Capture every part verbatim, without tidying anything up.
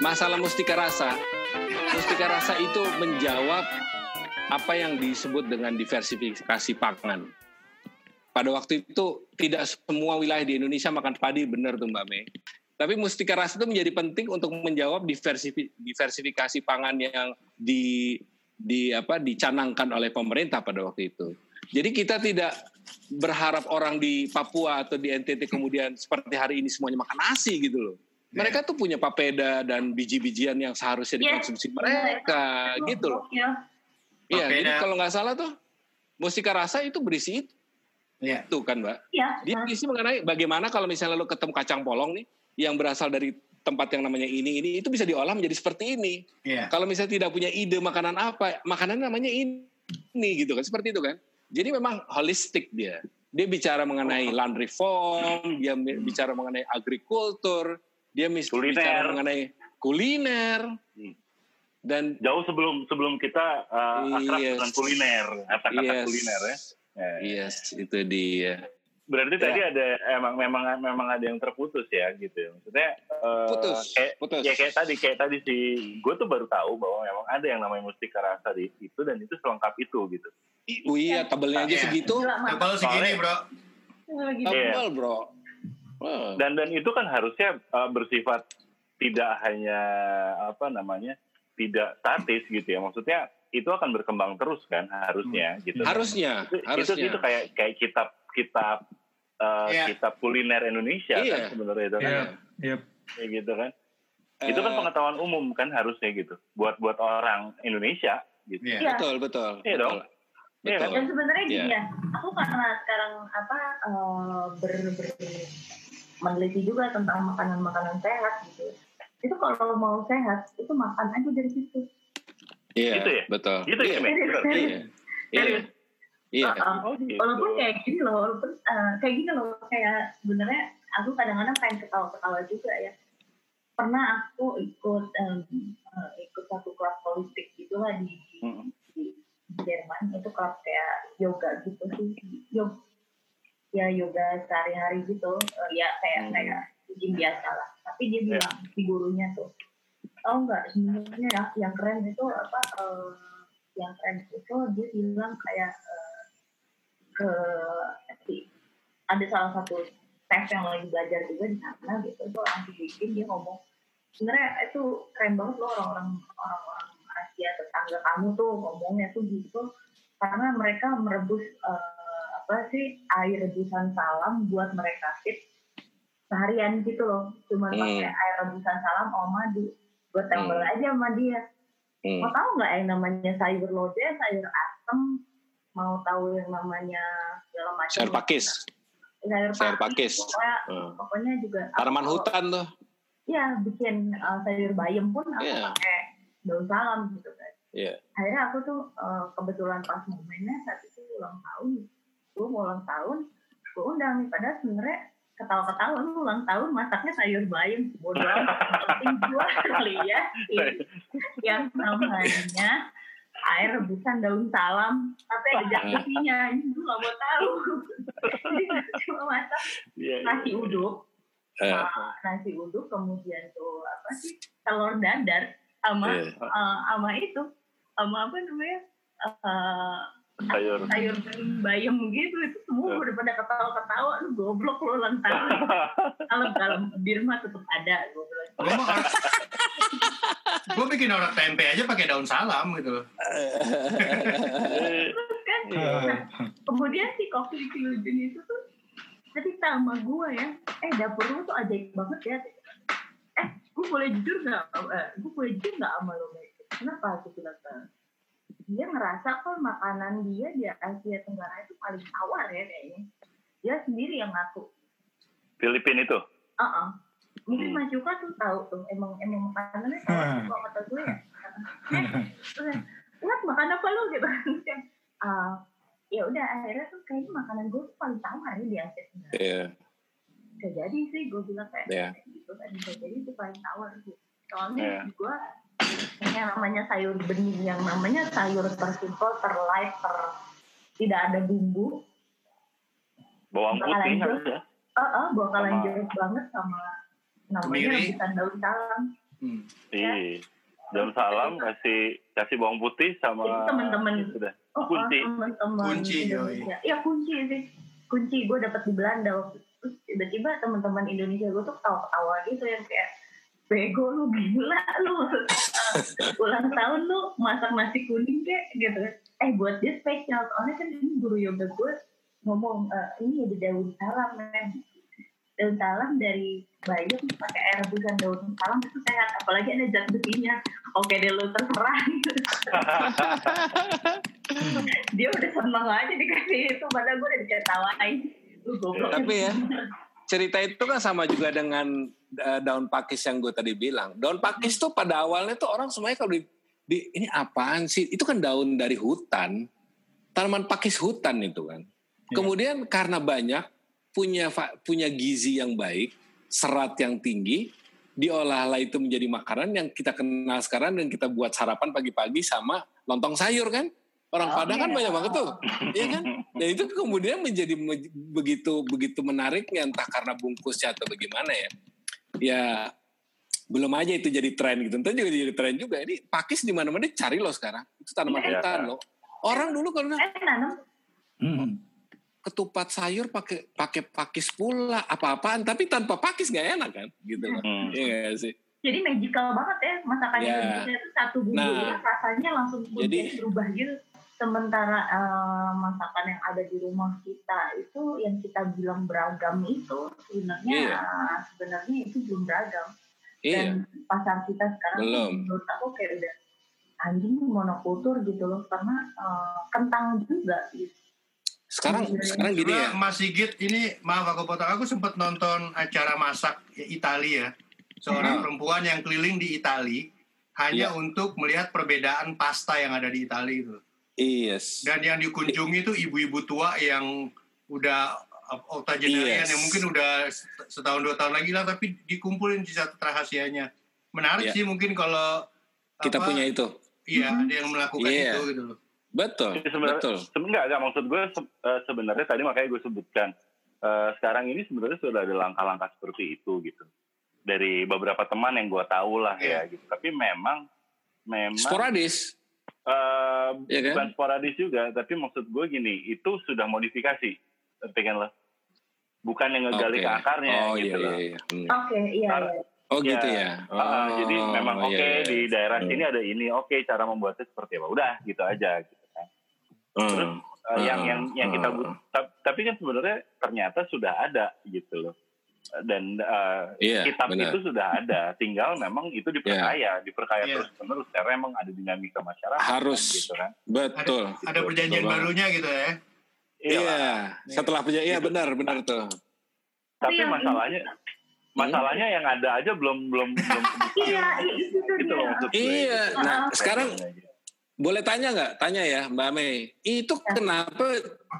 masalah mustika rasa. Mustika rasa itu menjawab apa yang disebut dengan diversifikasi pangan. Pada waktu itu tidak semua wilayah di Indonesia makan padi, benar tuh Mbak Mei. Tapi mustika rasa itu menjadi penting untuk menjawab diversifikasi pangan yang di di apa dicanangkan oleh pemerintah pada waktu itu. Jadi kita tidak berharap orang di Papua atau di N T T kemudian seperti hari ini semuanya makan nasi gitu loh. Mereka tuh punya papeda dan biji-bijian yang seharusnya dikonsumsi mereka, yeah. gitu loh. Iya, yeah, jadi kalau nggak salah tuh mustika rasa itu berisi itu, yeah. itu kan Mbak. Yeah. Dia berisi mengenai bagaimana kalau misalnya lo ketemu kacang polong nih yang berasal dari tempat yang namanya ini, ini itu bisa diolah menjadi seperti ini. Yeah. Kalau misalnya tidak punya ide makanan apa, makanan namanya ini, ini gitu kan, seperti itu kan. Jadi memang holistik dia. Dia bicara mengenai land reform, dia bicara mengenai agrikultur, dia kuliner. bicara mengenai kuliner. Dan jauh sebelum sebelum kita uh, akrab yes. dengan kuliner, kata-kata yes. kuliner ya. Yes, itu dia. Berarti ya. tadi ada emang memang memang ada yang terputus ya gitu. Maksudnya uh, putus, kayak, putus. Ya kayak tadi kayak tadi si gue tuh baru tahu bahwa memang ada yang namanya mustika rasa di itu dan itu selengkap itu gitu. Oh iya, tabelnya aja ya. segitu. Tabel segini, Bro. Tabel, Bro. Wow. Dan dan itu kan harusnya uh, bersifat tidak hanya apa namanya? tidak statis gitu ya. Maksudnya itu akan berkembang terus kan harusnya hmm. gitu. Harusnya, itu, harusnya. Itu, itu kayak kayak kitab-kitab uh, yeah. kitab kuliner Indonesia yeah. kan sebenarnya itu kan. Yeah. Yep. Kayak gitu kan. Uh, itu kan pengetahuan umum kan harusnya gitu. Buat buat orang Indonesia gitu. Yeah. Yeah. Betul, betul. Iya betul. dong. Betul. Dan sebenarnya yeah. gini ya, aku karena sekarang apa uh, ber, ber meneliti juga tentang makanan-makanan sehat gitu. Itu kalau mau sehat itu makan aja dari situ. Iya, gitu ya? Betul. Gitu ya, Mek? Iya. Iya. Iya. Walaupun kayak gini loh, walaupun uh, kayak gini loh, kayak sebenarnya aku kadang-kadang pengen ketawa-ketawa juga ya. Pernah aku ikut um, uh, ikut satu kelas politik gitu lah di, hmm. di Jerman. Itu kelas kayak yoga gitu sih. Yoga, ya yoga sehari-hari gitu. Uh, ya kayak hmm. kayak gym biasa lah. Tapi dia bilang yeah. si gurunya tuh, tahu nggak sebenarnya ya, yang keren itu apa? Uh, yang keren itu dia bilang kayak uh, ke ada salah satu tes yang lagi belajar juga di sana gitu, itu langsung bikin dia ngomong, sebenarnya itu keren banget loh orang-orang orang-orang Asia tetangga kamu tuh ngomongnya tuh gitu, karena mereka merebus uh, apa sih air rebusan salam buat mereka fit seharian gitu loh, cuma hmm. pakai air rebusan salam sama madu, gue tembel hmm. aja sama dia. Hmm. Mau tahu nggak yang namanya sayur lodeh, sayur asem, mau tahu yang namanya segala macam. Sayur pakis. Sayur, sayur pakis. Pokoknya, hmm. pokoknya juga. Tanaman aku, hutan tuh. Iya, bikin uh, sayur bayam pun aku yeah. pakai daun salam gitu kan. Yeah. Akhirnya aku tuh uh, kebetulan pas momennya saat itu ulang tahun, gue mau ulang tahun, gue undang nih, padahal sebenarnya ketawa-ketawa lu ulang tahun masaknya sayur bayam, bodoh amat, penting gue lihat yang namanya air rebusan daun salam tapi ada jakasinya, ini gue gak mau tahu. Jadi cuma masak nasi uduk, uh, nasi uduk kemudian tuh apa sih telur dadar sama yeah. uh, sama itu sama apa namanya uh, sayur sayur bayam gitu, itu semua udah pada ketawa-ketawa, lu goblok lu ulang tahun. Kalau kalau bir mah tetap ada gue bilang. Gue mah gue bikin orang tempe aja pakai daun salam gitu. Terus kan, nah, kemudian si kopi Kilujun itu tuh cerita sama gue ya, eh dapur lu tuh ajaib banget ya. Eh, gue boleh jujur nggak? Eh, gue boleh jujur nggak sama lo? Kenapa aku bilang? Dia ngerasa kok makanan dia di Asia Tenggara itu paling tawar ya kayaknya. Dia sendiri yang ngaku. Filipina itu? Uh-uh. Mungkin hmm. Mas Yuka tuh tahu tuh, emang emang makanannya tawar hmm. kata gue ya. Eh, lihat makan apa lo gitu. uh, ya udah akhirnya tuh kayaknya makanan gue tuh paling tawar ya di Asia Tenggara. Iya. Yeah. Bisa jadi sih gue bilang kayak yeah. gitu kan, bisa jadi itu paling tawar gitu. Soalnya yeah. gue yang namanya sayur bening, yang namanya sayur tersimpel, terlight, ter tidak ada bumbu, bawang putih aja, uh, uh, bakalan jeruk banget sama namanya rebusan daun salam. Hmm. Iya. Daun salam kasih kasih bawang putih sama teman-teman. Sudah. Oh, kunci. Oh, teman-teman. Kunci, Indonesia. Iya kunci sih. Kunci gue dapat di Belanda waktu itu. Terus tiba-tiba teman-teman Indonesia gue tuh ketawa-ketawa gitu yang kayak bego lu gila lu. Ulang tahun lu masak nasi kuning kayak gitu. Eh buat dia spesial. Soalnya kan ini guru yoga gue ngomong e, ini ada daun salam men. Daun salam dari bayam pakai air rebusan daun salam itu sehat, apalagi ada zat besinya. Oke deh lu terserah. Dia udah seneng aja dikasih itu, padahal gue udah diketawain. Tapi ya cerita itu kan sama juga dengan uh, daun pakis yang gue tadi bilang. Daun pakis tuh pada awalnya tuh orang semuanya kalau di, di ini apaan sih? Itu kan daun dari hutan, tanaman pakis hutan itu kan. Kemudian karena banyak punya punya gizi yang baik, serat yang tinggi, diolah-olah itu menjadi makanan yang kita kenal sekarang dan kita buat sarapan pagi-pagi sama lontong sayur kan. Orang Padang kan banyak banget tuh, iya kan? Dan itu kemudian menjadi begitu begitu menariknya, entah karena bungkusnya atau bagaimana ya. Ya belum aja itu jadi tren gitu, entah juga jadi tren juga. Ini pakis di mana-mana cari loh sekarang. Itu tanaman hutan loh. Orang dulu kalau hmm. ketupat sayur pakai pakai pakis pula apa-apaan, tapi tanpa pakis nggak enak kan, gitu kan? Hmm. Iya sih. Jadi magical banget ya masakan ya. Indonesia itu satu bumbu nah, ya, rasanya langsung jadi berubah gitu. Sementara uh, masakan yang ada di rumah kita itu yang kita bilang beragam itu sebenarnya iya. uh, sebenarnya itu belum beragam. Iya. Dan pasar kita sekarang belum. Menurut aku kayak udah anjing monokultur gitu loh, karena uh, kentang juga gitu. Sekarang hmm. sekarang gini ya. Mas Sigit ini maaf aku potong, aku sempat nonton acara masak Italia ya. Seorang hmm. perempuan yang keliling di Italia hanya yeah. untuk melihat perbedaan pasta yang ada di Italia itu. Yes. Dan yang dikunjungi itu ibu-ibu tua yang udah octogenarian yes. yang mungkin udah setahun dua tahun lagi lah, tapi dikumpulin di satu rahasianya. Menarik yeah. sih mungkin kalau kita apa, punya itu. Iya, mm-hmm. ada yang melakukan yeah. itu gitu loh. Betul. Sebenarnya, betul. Sebenarnya enggak maksud gue sebenarnya tadi makanya gue sebutkan uh, sekarang ini sebenarnya sudah ada langkah-langkah seperti itu gitu. Dari beberapa teman yang gue tahu lah yeah. ya gitu. Tapi memang memang sporadis. Uh, ya kan? Bukan sporadis juga, tapi maksud gue gini, itu sudah modifikasi, pengen lah, bukan yang ngegali okay. ke akarnya oh, gitu iya, loh. Iya, iya. Hmm. Oke, okay, iya. Tar- iya. Oh ya, gitu ya. Oh, uh, jadi memang oke okay, iya, iya. di daerah hmm. sini ada ini, oke okay, cara membuatnya seperti apa, udah gitu aja gitu kan. Hmm. Terus uh, hmm. yang yang yang kita but, t- tapi kan sebenarnya ternyata sudah ada gitu loh. Dan uh, yeah, kitab benar. Itu sudah ada, tinggal memang itu diperkaya, yeah. diperkaya yeah. terus menerus karena memang ada dinamika masyarakat harus kan, gitu kan. Betul. Ada, gitu. Ada perjanjian betul. Barunya gitu ya. Iya, yeah. setelah perjanjian, iya gitu. benar benar tuh. Tapi masalahnya, hmm? masalahnya yang ada aja belum belum belum. Iya, itu gitu loh. Iya, nah sekarang boleh tanya nggak? Tanya ya, Mbak Mei. Itu kenapa?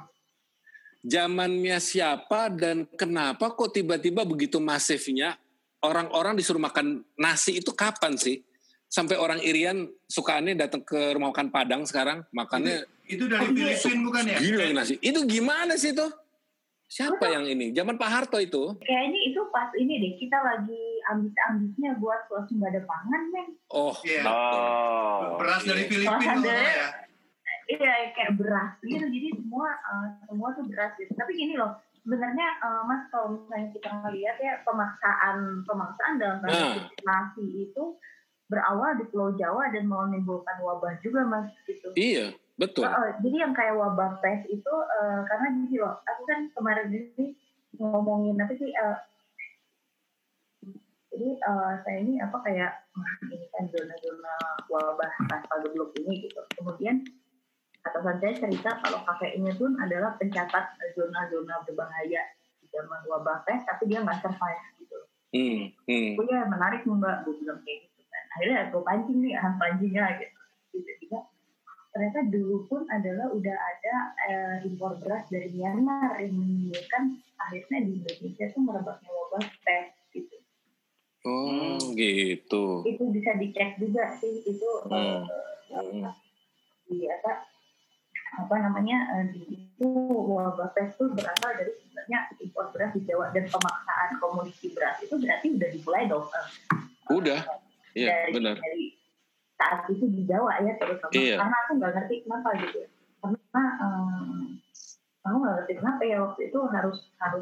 Zamannya siapa dan kenapa kok tiba-tiba begitu masifnya orang-orang disuruh makan nasi itu kapan sih? Sampai orang Irian sukaannya datang ke rumah makan Padang sekarang makannya itu, itu dari oh, Filipina bukan ya? Gini lagi nasi. Itu gimana sih tuh? Siapa yang ini? Zaman Pak Harto itu? Kayaknya itu pas ini deh kita lagi ambis-ambisnya buat swasembada pangan, men. Oh, yeah. oh beras yeah. dari Filipina ya. Iya kayak beras gitu, jadi semua uh, semua tuh beras gitu. Tapi gini loh, sebenarnya uh, Mas kalau misalnya kita ngelihat ya pemaksaan pemaksaan dalam tanda nasi itu berawal di Pulau Jawa dan menimbulkan wabah juga Mas gitu. Iya betul. Uh, jadi yang kayak wabah pes itu uh, karena gini loh, aku kan kemarin ini ngomongin apa sih? Uh, jadi uh, saya ini apa kayak ini kan zona-zona wabah pasal geblok ini gitu. Kemudian atasan saya cerita kalau kakeknya pun adalah pencatat zona-zona berbahaya di zaman wabah pes, tapi dia nggak survive gitu. Hmm, hmm. Oh ya menarik mbak, gue bilang kayak gitu kan. Akhirnya gue pancing nih, ah pancingnya gitu. Tiba-tiba ternyata dulu pun adalah udah ada eh, impor beras dari Myanmar yang menimbulkan akhirnya di Indonesia tuh merebaknya wabah pes gitu. Oh hmm. gitu. Itu bisa dicek juga sih itu hmm. uh, hmm. di apa apa namanya itu wabah pes itu berasal dari sebenarnya impor beras di Jawa dan pemaksaan komoditi beras itu berarti udah dimulai dong. Udah. Iya, dari, benar. dari saat itu di Jawa ya terutama Iya. karena aku nggak ngerti kenapa gitu ya. Karena um, aku nggak ngerti kenapa ya waktu itu harus harus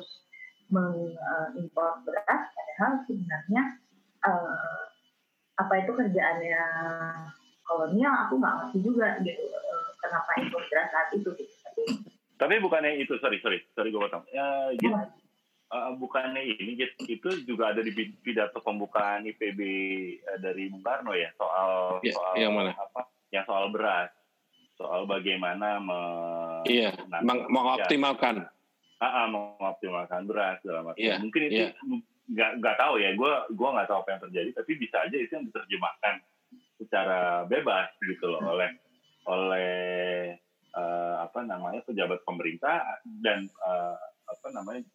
mengimpor beras, padahal sebenarnya uh, apa itu kerjaannya kolonial, aku nggak ngerti juga gitu uh, kenapa impor beras saat itu gitu. Tapi bukannya itu, sorry sorry sorry gue potong. Ya, gitu. Uh, bukannya ini itu juga ada di pidato pembukaan I P B uh, dari Bung Karno ya soal ya, soal yang mana? apa? Yang soal beras, soal bagaimana me, iya, meng- mengoptimalkan, ya, uh, uh, mengoptimalkan beras dalam arti. Iya, Mungkin itu nggak iya. nggak tahu ya, gue gue nggak tahu apa yang terjadi, tapi bisa aja itu yang diterjemahkan secara bebas gitu loh oleh oleh uh, apa namanya pejabat pemerintah dan uh, apa namanya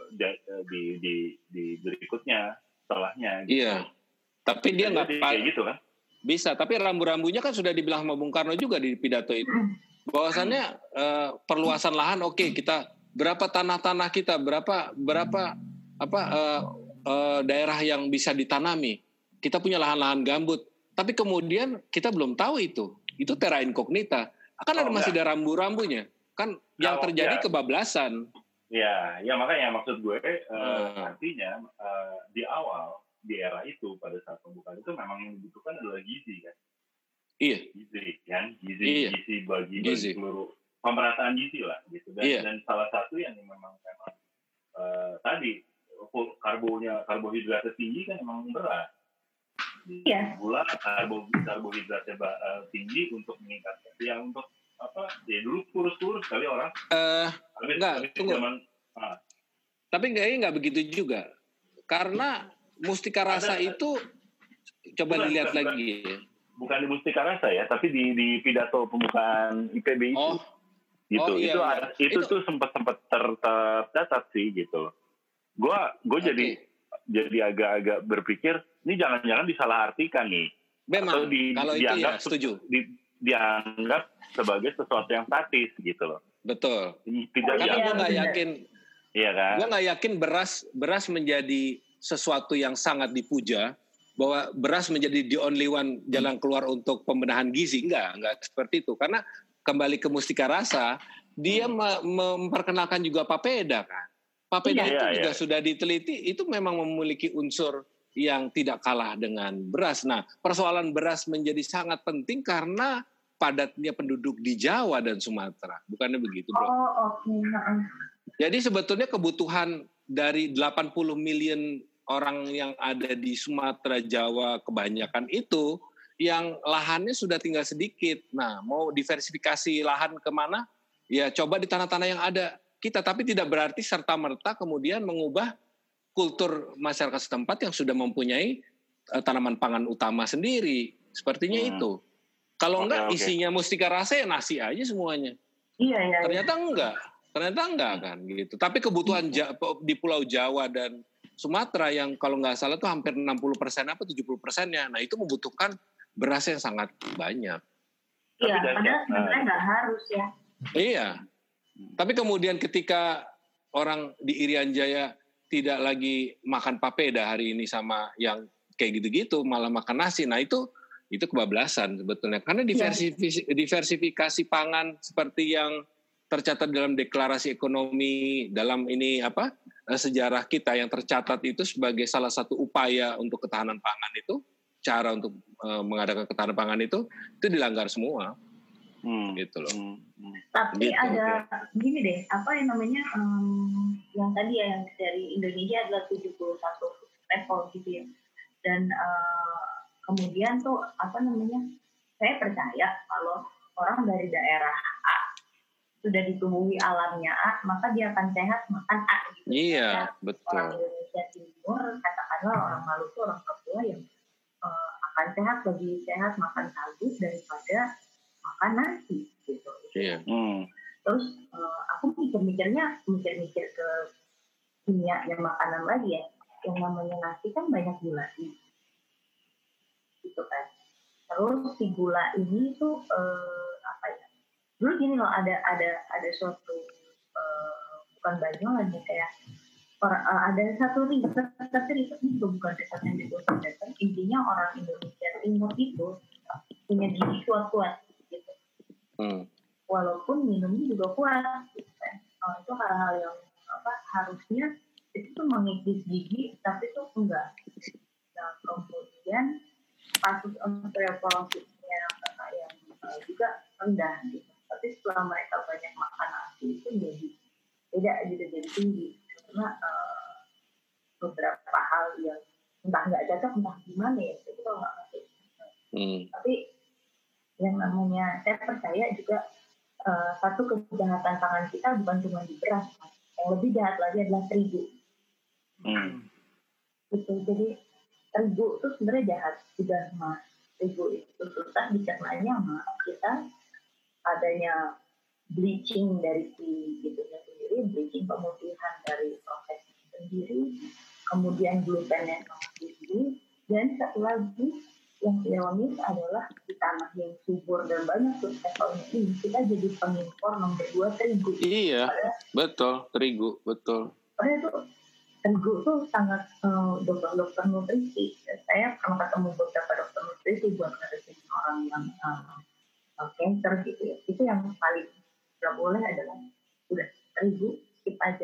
di di di berikutnya setelahnya gitu. Iya, tapi dia nggak kayak gitu kan? Bisa, tapi rambu-rambunya kan sudah dibilang sama Bung Karno juga di pidato itu. Bahwasannya eh, perluasan lahan, oke okay, kita berapa tanah-tanah kita, berapa berapa apa eh, eh, daerah yang bisa ditanami. Kita punya lahan-lahan gambut, tapi kemudian kita belum tahu itu. Itu terra incognita. Akan oh, ada masih enggak. Ada rambu-rambunya. Kan oh, yang terjadi ya. Kebablasan. Ya, ya makanya maksud gue uh, hmm. artinya uh, di awal di era itu pada saat pembukaan itu memang yang dibutuhkan adalah gizi kan. Iya. Gizi kan, gizi iya. gizi bagi, gizi. bagi seluruh pemerataan gizi lah gitu. Dan, iya. dan salah satu yang memang memang uh, tadi karbonya karbohidratnya tinggi kan memang berat. Iya. Gula karbo karbohidratnya uh, tinggi untuk meningkatkan yang untuk apa ya dulu kurus-kurus kali orang uh, habis, enggak habis tunggu zaman, ah. Tapi enggak enggak begitu juga karena Mustika Rasa ada, itu coba bukan, dilihat bukan, lagi bukan, bukan di Mustika Rasa ya tapi di di pidato pembukaan I P B itu oh. gitu oh, iya, itu iya. Ada, itu, itu tuh sempat sempat tercatat sih gitu gua gue okay. jadi jadi agak-agak berpikir ini jangan-jangan disalahartikan nih memang atau di, kalau itu ya setuju di, dianggap sebagai sesuatu yang statis gitu loh. Betul. Tidak karena gue nggak yakin. Iya kan. Gue nggak yakin beras beras menjadi sesuatu yang sangat dipuja bahwa beras menjadi the only one jalan keluar untuk pembenahan gizi. Enggak, enggak seperti itu. Karena kembali ke Mustika Rasa dia hmm. memperkenalkan juga papeda kan. Papeda iya, itu iya, juga iya. sudah diteliti itu memang memiliki unsur yang tidak kalah dengan beras. Nah, persoalan beras menjadi sangat penting karena padatnya penduduk di Jawa dan Sumatera. Bukannya begitu, Bro? Oh, oke. Okay. Jadi sebetulnya kebutuhan dari delapan puluh miliar orang yang ada di Sumatera, Jawa kebanyakan itu yang lahannya sudah tinggal sedikit. Nah, mau diversifikasi lahan kemana? Ya coba di tanah-tanah yang ada kita. Tapi tidak berarti serta-merta kemudian mengubah kultur masyarakat setempat yang sudah mempunyai uh, tanaman pangan utama sendiri. Sepertinya hmm. itu. Kalau okay, enggak okay. isinya Mustika Rasa ya nasi aja semuanya. Iya, iya. Ternyata enggak. Ternyata enggak kan gitu. Tapi kebutuhan ja- di Pulau Jawa dan Sumatera yang kalau nggak salah tuh hampir enam puluh persen apa tujuh puluh persennya. Nah itu membutuhkan beras yang sangat banyak. Iya, padahal sebenarnya nggak harus ya. Iya. Tapi kemudian ketika orang di Irian Jaya tidak lagi makan papeda hari ini sama yang kayak gitu-gitu, malah makan nasi. Nah itu itu kebablasan sebetulnya. Karena diversifikasi, ya. diversifikasi pangan seperti yang tercatat dalam deklarasi ekonomi, dalam ini apa sejarah kita yang tercatat itu sebagai salah satu upaya untuk ketahanan pangan itu, cara untuk uh, mengadakan ketahanan pangan itu, itu dilanggar semua. Hmm. Gitu loh. Hmm. Tapi gitu, ada okay. gini deh, apa yang namanya um, yang tadi ya yang dari Indonesia adalah tujuh puluh satu level gitu ya. Dan uh, kemudian tuh apa namanya? Saya percaya kalau orang dari daerah A sudah ditumbuhi alamnya A, maka dia akan sehat makan A gitu. Iya, ya. betul. Orang Indonesia Timur, katakanlah orang Maluku, orang Papua yang uh, akan sehat lebih sehat makan sagu daripada makan nasi gitu. Iya. Hmm. Terus uh, aku mikir-mikirnya mikir-mikir ke kimianya makanan lagi ya. Yang namanya nasi kan banyak gula gitu kan. Terus si gula ini tuh uh, apa ya? Dulu gini loh ada ada ada suatu uh, bukan Banyuwangi kayak orang, uh, ada satu riset, tapi riset ini juga bukan riset yang dibesarkan. Intinya orang Indonesia Timur itu punya gizi kuat-kuat gitu. Hmm. Walaupun minumnya juga kuat, gitu kan. Oh, itu hal-hal yang apa harusnya itu tuh mengikis gizi, tapi itu enggak. Nah, kemudian kasus osteoporosisnya yang uh, juga rendah gitu. Tapi setelah mereka banyak makan nasi itu jadi tidak gitu, jadi tinggi karena uh, beberapa hal yang entah nggak cocok entah gimana ya itu kalau nggak ngerti. Hmm. Tapi yang namanya saya percaya juga uh, satu kejahatan tangan kita bukan cuma di beras, mas. Yang lebih jahat lagi adalah terigu. Hmm. Gitu, jadi terigu itu sebenarnya jahat sudah mas. Terigu itu susah dicernanya sama kita, adanya bleaching dari si gitunya sendiri, bleaching pemutihan dari proses sendiri, kemudian glutennya sendiri, dan satu lagi yang ironis adalah di tanah yang subur dan banyak suksesornya ini kita jadi pengimpor nomor dua terigu. Iya, padahal, betul terigu, betul. Padahal itu terigu tuh sangat uh, dokter-dokter nutrisi. Saya pernah ketemu beberapa dokter nutrisi buat ngadepin orang yang uh, cancer gitu ya. Itu yang paling nggak boleh adalah udah terigu skip aja.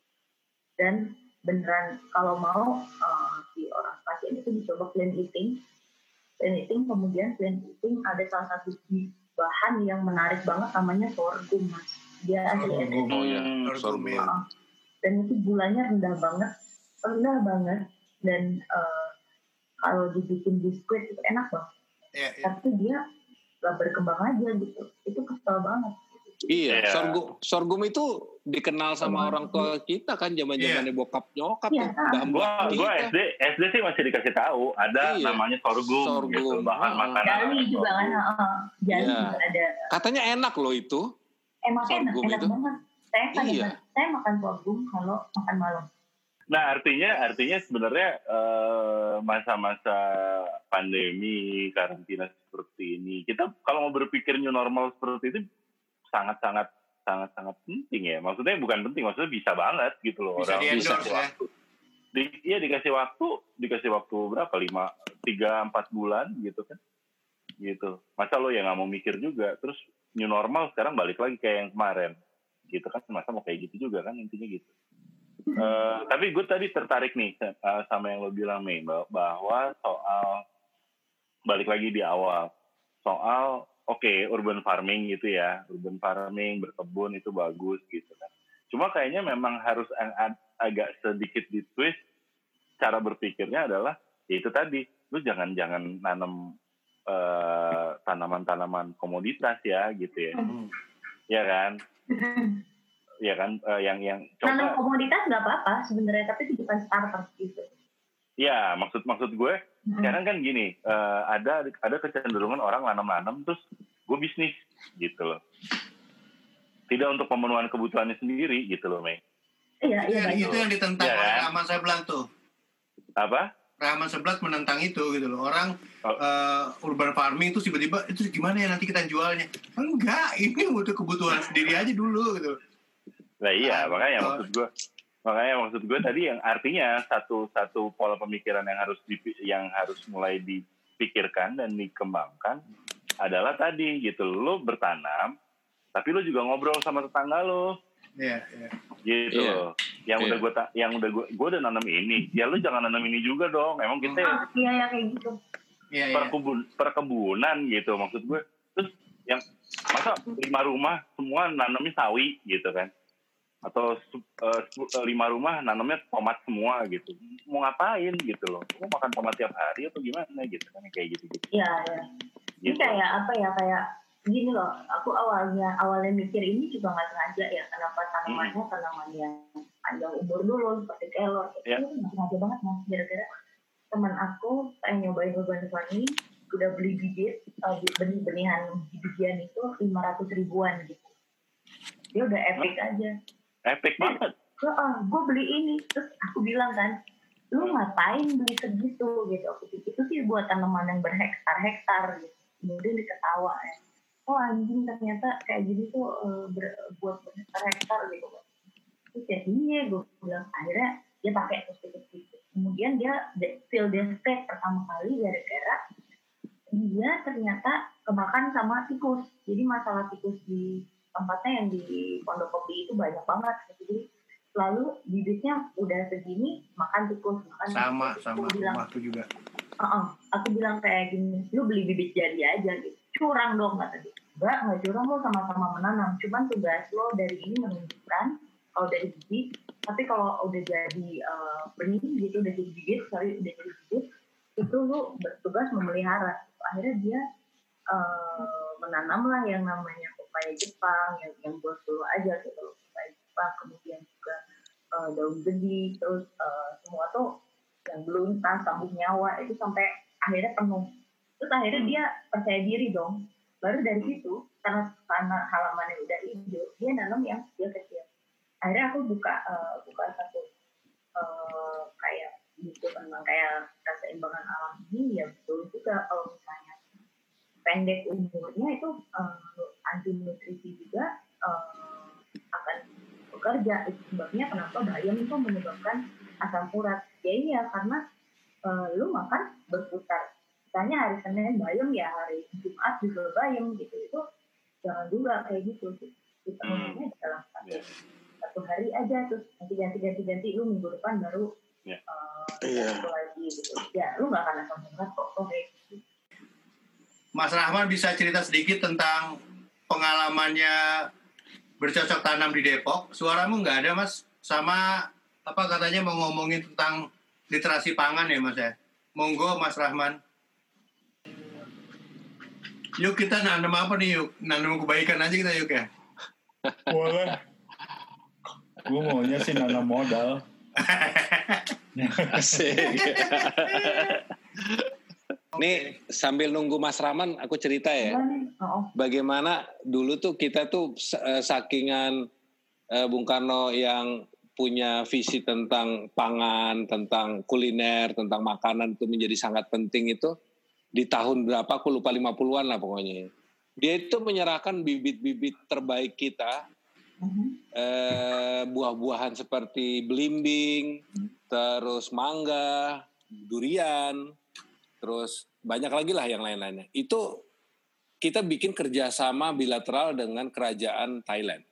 Dan beneran kalau mau uh, si orang pasien itu dicoba clean eating, clean eating kemudian clean eating ada salah satu bahan yang menarik banget namanya sorghum mas. Dia asli sorghum, oh ya, sorghum. Uh, dan itu gulanya rendah banget, rendah banget dan uh, kalau dibikin biskuit itu enak banget. Yeah, yeah. Tapi dia gak berkembang aja gitu, itu kesel banget. Iya, yeah. sorghum, sorghum itu dikenal sama oh, orang tua kita kan zaman-zamannya yeah. bokap nyokap yeah. tuh. Gua, gua S D, S D sih masih dikasih tahu ada yeah. namanya sorghum, sorghum. Gitu, bahan oh. makanan. Jali juga kan, oh. Jali yeah. juga ada. Katanya enak loh itu. Emang enak, enak itu. Banget. Saya kan iya. saya makan sorghum kalau makan malam. Nah artinya artinya sebenarnya uh, masa-masa pandemi karantina seperti ini kita kalau mau berpikir new normal seperti itu sangat-sangat sangat-sangat penting ya. Maksudnya bukan penting, maksudnya bisa banget gitu loh. Bisa orang bisa ya. Waktu. Di, iya dikasih waktu, dikasih waktu berapa? lima, tiga, empat bulan gitu kan. Gitu. Masa lo ya nggak mau mikir juga. Terus new normal sekarang balik lagi kayak yang kemarin. Gitu kan, masa mau kayak gitu juga kan intinya gitu. Uh, tapi gue tadi tertarik nih uh, sama yang lo bilang Mei bahwa soal balik lagi di awal soal oke okay, urban farming gitu ya, urban farming berkebun itu bagus gitu kan. Cuma kayaknya memang harus ag- agak sedikit di twist cara berpikirnya adalah ya itu tadi lu jangan jangan nanam uh, tanaman-tanaman komoditas ya gitu ya, hmm. ya kan. Ya kan, uh, yang yang coba. Nanam komoditas nggak apa-apa sebenarnya, tapi itu bukan starter gitu. Ya, maksud maksud gue, hmm. sekarang kan gini, uh, ada ada kecenderungan orang nanam-nanam terus gue bisnis gitu loh. Tidak untuk pemenuhan kebutuhannya sendiri gitu loh, Mei. Iya, iya. Itu, itu yang ditentang ya, oleh kan? Rahman Seblat tuh. Apa? Rahman Seblat menentang itu gitu loh. Orang oh. uh, urban farming itu tiba-tiba itu gimana ya nanti kita jualnya? Enggak, ini untuk kebutuhan sendiri aja dulu gitu. Nah iya, makanya oh. maksud gue, makanya maksud gue tadi yang artinya satu satu pola pemikiran yang harus dipi, yang harus mulai dipikirkan dan dikembangkan adalah tadi gitu, lo bertanam, tapi lo juga ngobrol sama tetangga lo, yeah, yeah. gitu, yeah. yang yeah. udah gue yang udah gue gue udah nanam ini, ya lo jangan nanam ini juga dong, emang kita oh, iya ya kayak gitu, yeah, perkebun yeah. perkebunan gitu, maksud gue, terus yang masa lima rumah semua nanamnya sawi gitu kan. Atau uh, lima rumah nanamnya tomat semua gitu, mau ngapain gitu loh, mau makan tomat tiap hari atau gimana gitu kan, kayak gitu gitu. Iya ya. Gitu. Ini kayak apa ya, kayak gini loh, aku awalnya awalnya mikir ini juga nggak sengaja ya, kenapa tanamannya hmm. tanaman yang panjang umur dulu seperti kelor, ya. Itu nggak sengaja banget mas, gara-gara teman aku pengen nyobain urban farming, udah beli bibit, uh, benih-benihan bijian itu lima ratus ribuan gitu, dia udah epic hmm. aja. Epic banget. Oh, gue beli ini, terus aku bilang kan, lu ngapain beli segitu gitu? Aku pikir itu sih buat tanaman yang berhektar-hektar gitu. Kemudian diketawa ya. Oh anjing ternyata kayak gini tuh uh, ber, buat berhektar-hektar gitu. Terus ya ini gue bilang, akhirnya dia pakai terus tikus-tikus. Kemudian dia feel desperate pertama kali gara-gara dia ternyata kemakan sama tikus. Jadi masalah tikus di tempatnya yang di Pondok Kopi itu banyak banget. Jadi selalu bibitnya udah segini makan tikus. Makan sama tikus. sama rumahku juga. Uh-uh. Aku bilang kayak gini, lu beli bibit jadi aja gitu. Curang dong kata dia. Enggak, nggak curang, lo sama-sama menanam. Cuman tugas lo dari ini menunjukkan kalau dari bibit. Tapi kalau udah jadi uh, benih gitu, udah jadi bibit, sorry udah jadi bibit, itu lo bertugas memelihara. Akhirnya dia uh, menanam lah yang namanya pepaya Jepang, yang yang buat dulu aja gitu loh, pepaya Jepang, kemudian juga uh, daun gedi, terus uh, semua tuh yang beluntas, sambung nyawa itu sampai akhirnya penuh. Terus akhirnya dia percaya diri dong. Baru dari situ karena karena halamannya udah hijau, dia nanam yang dia kecil. Akhirnya aku buka uh, buka satu uh, kayak buku tentang kayak keseimbangan alam ini, ya betul juga kalau misalnya pendek umurnya itu uh, anti nutrisi juga uh, akan bekerja. Itu sebabnya kenapa bayam itu menyebabkan asam urat. Ya iya karena uh, lu makan berputar. Misalnya hari Senin bayam, ya hari Jumat juga bayam gitu. Itu jangan juga kayak gitu. Kita ngomongnya dalam satu, satu hari aja, terus nanti ganti-ganti-ganti, lu minggu depan baru yeah. uh, yeah. lagi gitu. Ya lu gak akan asam urat kok. Oke. Mas Rahman bisa cerita sedikit tentang pengalamannya bercocok tanam di Depok? Suaramu nggak ada, Mas. Sama apa katanya mau ngomongin tentang literasi pangan ya, Mas ya. Monggo, Mas Rahman. Yuk kita nanam apa nih, yuk? Nanam kebaikan aja kita yuk ya. Boleh. Gue maunya sih nanam modal. Asik. Nih sambil nunggu Mas Rahman, aku cerita ya. Bagaimana dulu tuh kita tuh sakingan uh, Bung Karno yang punya visi tentang pangan, tentang kuliner, tentang makanan itu menjadi sangat penting itu di tahun berapa aku lupa lima puluhan lah pokoknya. Dia itu menyerahkan bibit-bibit terbaik kita, uh-huh. eh, buah-buahan seperti belimbing, terus mangga, durian, terus banyak lagi lah yang lain-lainnya. Itu kita bikin kerjasama bilateral dengan kerajaan Thailand.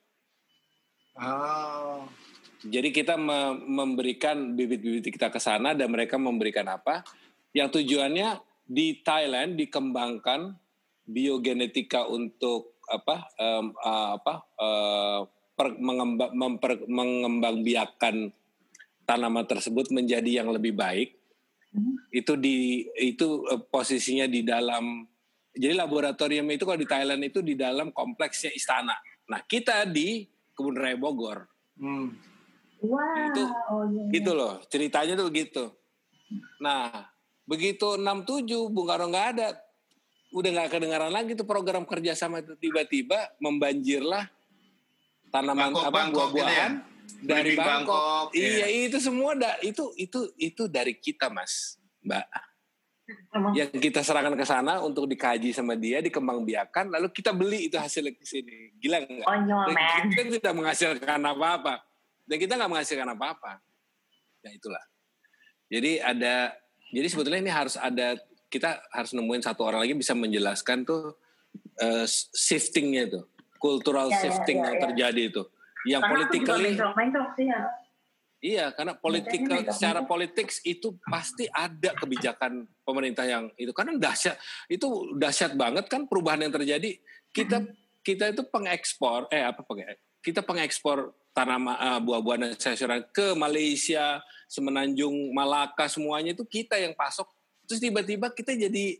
Oh. Jadi kita me- memberikan bibit-bibit kita ke sana dan mereka memberikan apa? Yang tujuannya di Thailand dikembangkan biogenetika untuk apa? Um, uh, apa? Uh, per, mengembang, memper, mengembangbiakkan tanaman tersebut menjadi yang lebih baik. Hmm. Itu di itu uh, posisinya di dalam. Jadi laboratorium itu kalau di Thailand itu di dalam kompleksnya istana. Nah kita di Kebun Raya Bogor. Hmm. Wow. Itu, gitu loh, ceritanya tuh gitu. Nah, begitu enam tujuh Bung Karno nggak ada, udah nggak kedengaran lagi tuh program kerjasama itu, tiba-tiba membanjirlah tanaman Bangkok, apa Bangkok buah-buahan gitu ya? Dari Bangkok. Bangkok iya, ya. itu semua da, itu itu itu dari kita, Mas, Mbak. Yang kita serahkan ke sana untuk dikaji sama dia, dikembangbiakan, lalu kita beli itu hasilnya ke sini. Gila nggak? Oh, no, Dan kita tidak menghasilkan apa-apa. Dan kita nggak menghasilkan apa-apa. Ya itulah. Jadi ada, jadi sebetulnya ini harus ada, kita harus nemuin satu orang lagi bisa menjelaskan tuh uh, shiftingnya tuh, cultural ya, shifting ya, ya, yang ya. terjadi itu, yang karena politically. Sih ya. Iya, karena political, secara politik itu pasti ada kebijakan pemerintah yang itu, karena dahsyat, itu dahsyat banget kan perubahan yang terjadi. Kita hmm. kita itu pengekspor, eh apa pakai? Kita pengekspor tanaman uh, buah-buahan dan sayuran ke Malaysia, Semenanjung, Malaka, semuanya itu kita yang pasok. Terus tiba-tiba kita jadi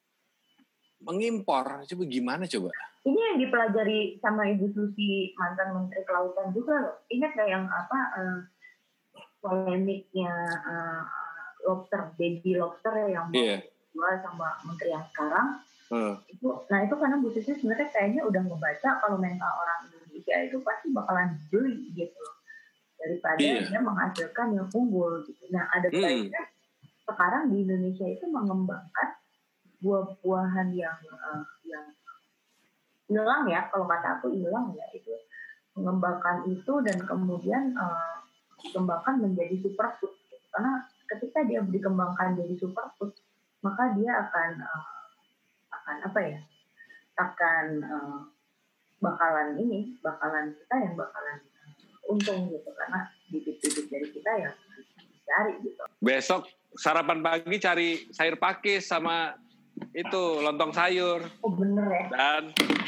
mengimpor. Coba gimana coba? Ini yang dipelajari sama Ibu Susi, mantan Menteri Kelautan juga loh. Ingat nggak yang apa uh, polemiknya uh, lobster, baby lobster yang yeah. jual sama Menteri yang sekarang? Hmm. Itu, nah itu karena Bu Susi sebenarnya kayaknya udah ngebaca kalau mental orang Indonesia itu pasti bakalan beli gitu daripada yeah. dia menghasilkan yang unggul gitu. Nah ada baiknya hmm. sekarang di Indonesia itu mengembangkan buah-buahan yang uh, yang hilang ya, kalau kata aku hilang ya, itu mengembangkan itu dan kemudian uh, dikembangkan menjadi superfood. Karena ketika dia dikembangkan jadi superfood, maka dia akan uh, akan apa ya? akan uh, bakalan ini, bakalan kita yang bakalan uh, untung gitu karena bibit-bibit dari kita yang cari gitu. Besok sarapan pagi cari sayur pakis sama itu lontong sayur. Oh bener ya. Dan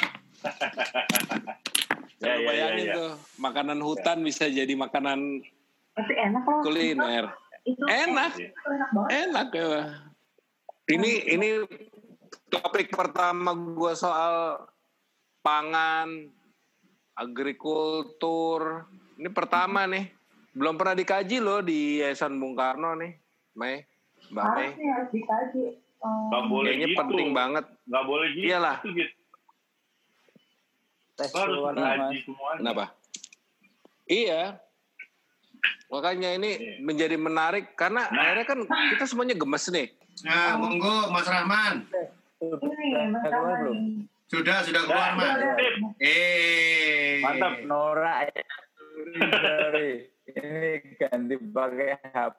ya, ya, bayangin ya, ya. tuh makanan hutan ya. Bisa jadi makanan tapi enak loh kuliner. Itu, itu enak, enak, enak banget. Enak ya. Ini ini topik pertama gue soal pangan, agrikultur. Ini pertama nih. Belum pernah dikaji loh di Yayasan Bung Karno nih, Mei, Mbak Mei. Harusnya harus dikaji. Um, Gak boleh Kayaknya gitu. penting banget. Gak boleh gitu. Iyalah. Gitu. Tes harus dikaji mas. semuanya. Kenapa? Iya. Makanya ini iya. menjadi menarik karena nah. akhirnya kan kita semuanya gemes nih. Nah, monggo Mas Rahman. Ini Mas Rahman. Sudah, sudah keluar, Mas. Eh. Mantap, Nora. Sorry. Ini ganti pakai H P.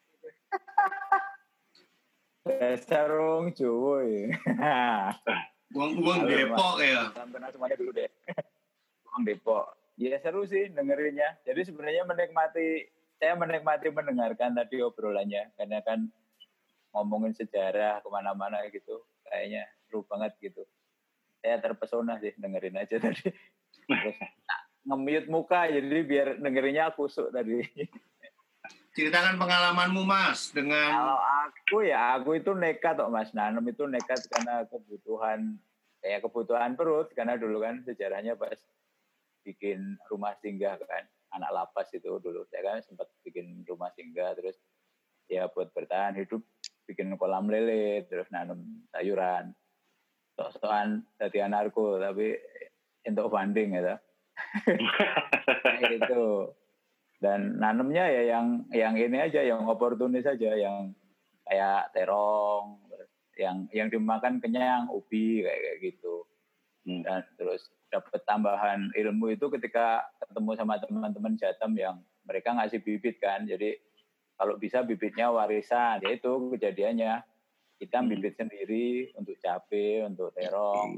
Dasar wong Jawa ya. Wong-wong Depok ya. Sampai semuanya dulu deh. Wong Depok. Ya seru sih dengerinnya. Jadi sebenarnya menikmati, saya menikmati mendengarkan tadi obrolannya. Karena kan ngomongin sejarah kemana-mana gitu. Kayaknya seru banget gitu. Saya terpesona sih dengerin aja tadi. Terus nge-mute muka jadi biar dengerinnya kusuk tadi. Ceritakan pengalamanmu Mas dengan. Kalau aku ya aku itu nekat kok Mas, nanam itu nekat karena kebutuhan kayak kebutuhan perut karena dulu kan sejarahnya pas bikin rumah singgah kan anak lapas itu dulu saya kan sempat bikin rumah singgah terus ya buat bertahan hidup bikin kolam lele terus nanam sayuran sok-sokan jadi anarko tapi untuk funding gitu. Itu dan nanemnya ya yang yang ini aja yang oportunis aja yang kayak terong yang yang dimakan kenyang ubi kayak, kayak gitu dan terus dapat tambahan ilmu itu ketika ketemu sama teman-teman Jatam yang mereka ngasih bibit kan jadi kalau bisa bibitnya warisan yaitu kejadiannya kita bibit sendiri untuk cabai untuk terong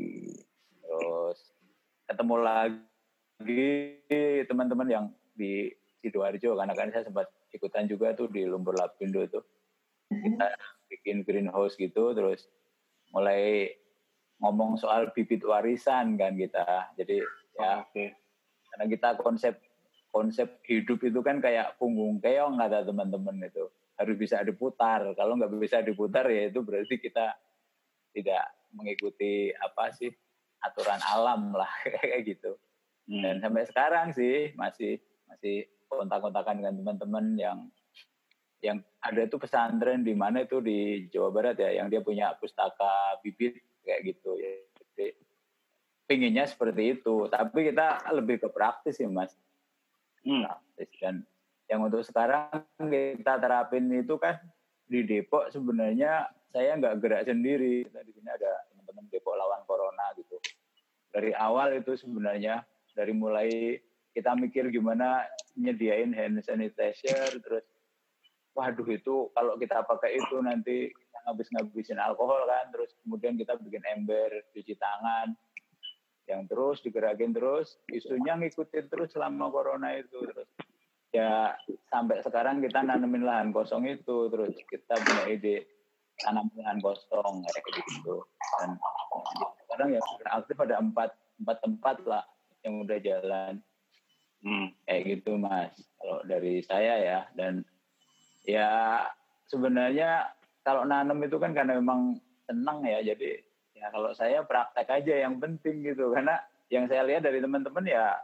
terus ketemu lagi teman-teman yang di Sidoarjo karena kan saya sempat ikutan juga tuh di Lumpur Lapindo itu kita bikin greenhouse gitu terus mulai ngomong soal bibit warisan kan kita jadi ya okay. Karena kita konsep konsep hidup itu kan kayak punggung keong kata teman-teman itu harus bisa diputar kalau nggak bisa diputar ya itu berarti kita tidak mengikuti apa sih aturan alam lah kayak gitu hmm. Dan sampai sekarang sih masih masih kontak-kontakan dengan teman-teman yang yang ada itu pesantren di mana itu di Jawa Barat ya yang dia punya pustaka bibit kayak gitu ya. Jadi pinginnya seperti itu, tapi kita lebih ke praktis ya Mas. Hmm. Praktis dan yang untuk sekarang kita terapin itu kan di Depok sebenarnya saya nggak gerak sendiri. Kita di sini ada teman-teman Depok lawan Corona gitu. Dari awal itu sebenarnya dari mulai kita mikir gimana nyediain hand sanitizer, terus waduh itu kalau kita pakai itu nanti kita ngabis-ngabisin alkohol kan, terus kemudian kita bikin ember cuci tangan, yang terus digerakin terus, isunya ngikutin terus selama corona itu, terus ya sampai sekarang kita nanemin lahan kosong itu, terus kita punya ide tanam lahan kosong kayak gitu, dan sekarang ya sudah aktif ada empat empat tempat lah yang udah jalan. Hmm, kayak gitu Mas kalau dari saya ya dan ya sebenarnya kalau nanam itu kan karena memang senang ya jadi ya kalau saya praktek aja yang penting gitu karena yang saya lihat dari teman-teman ya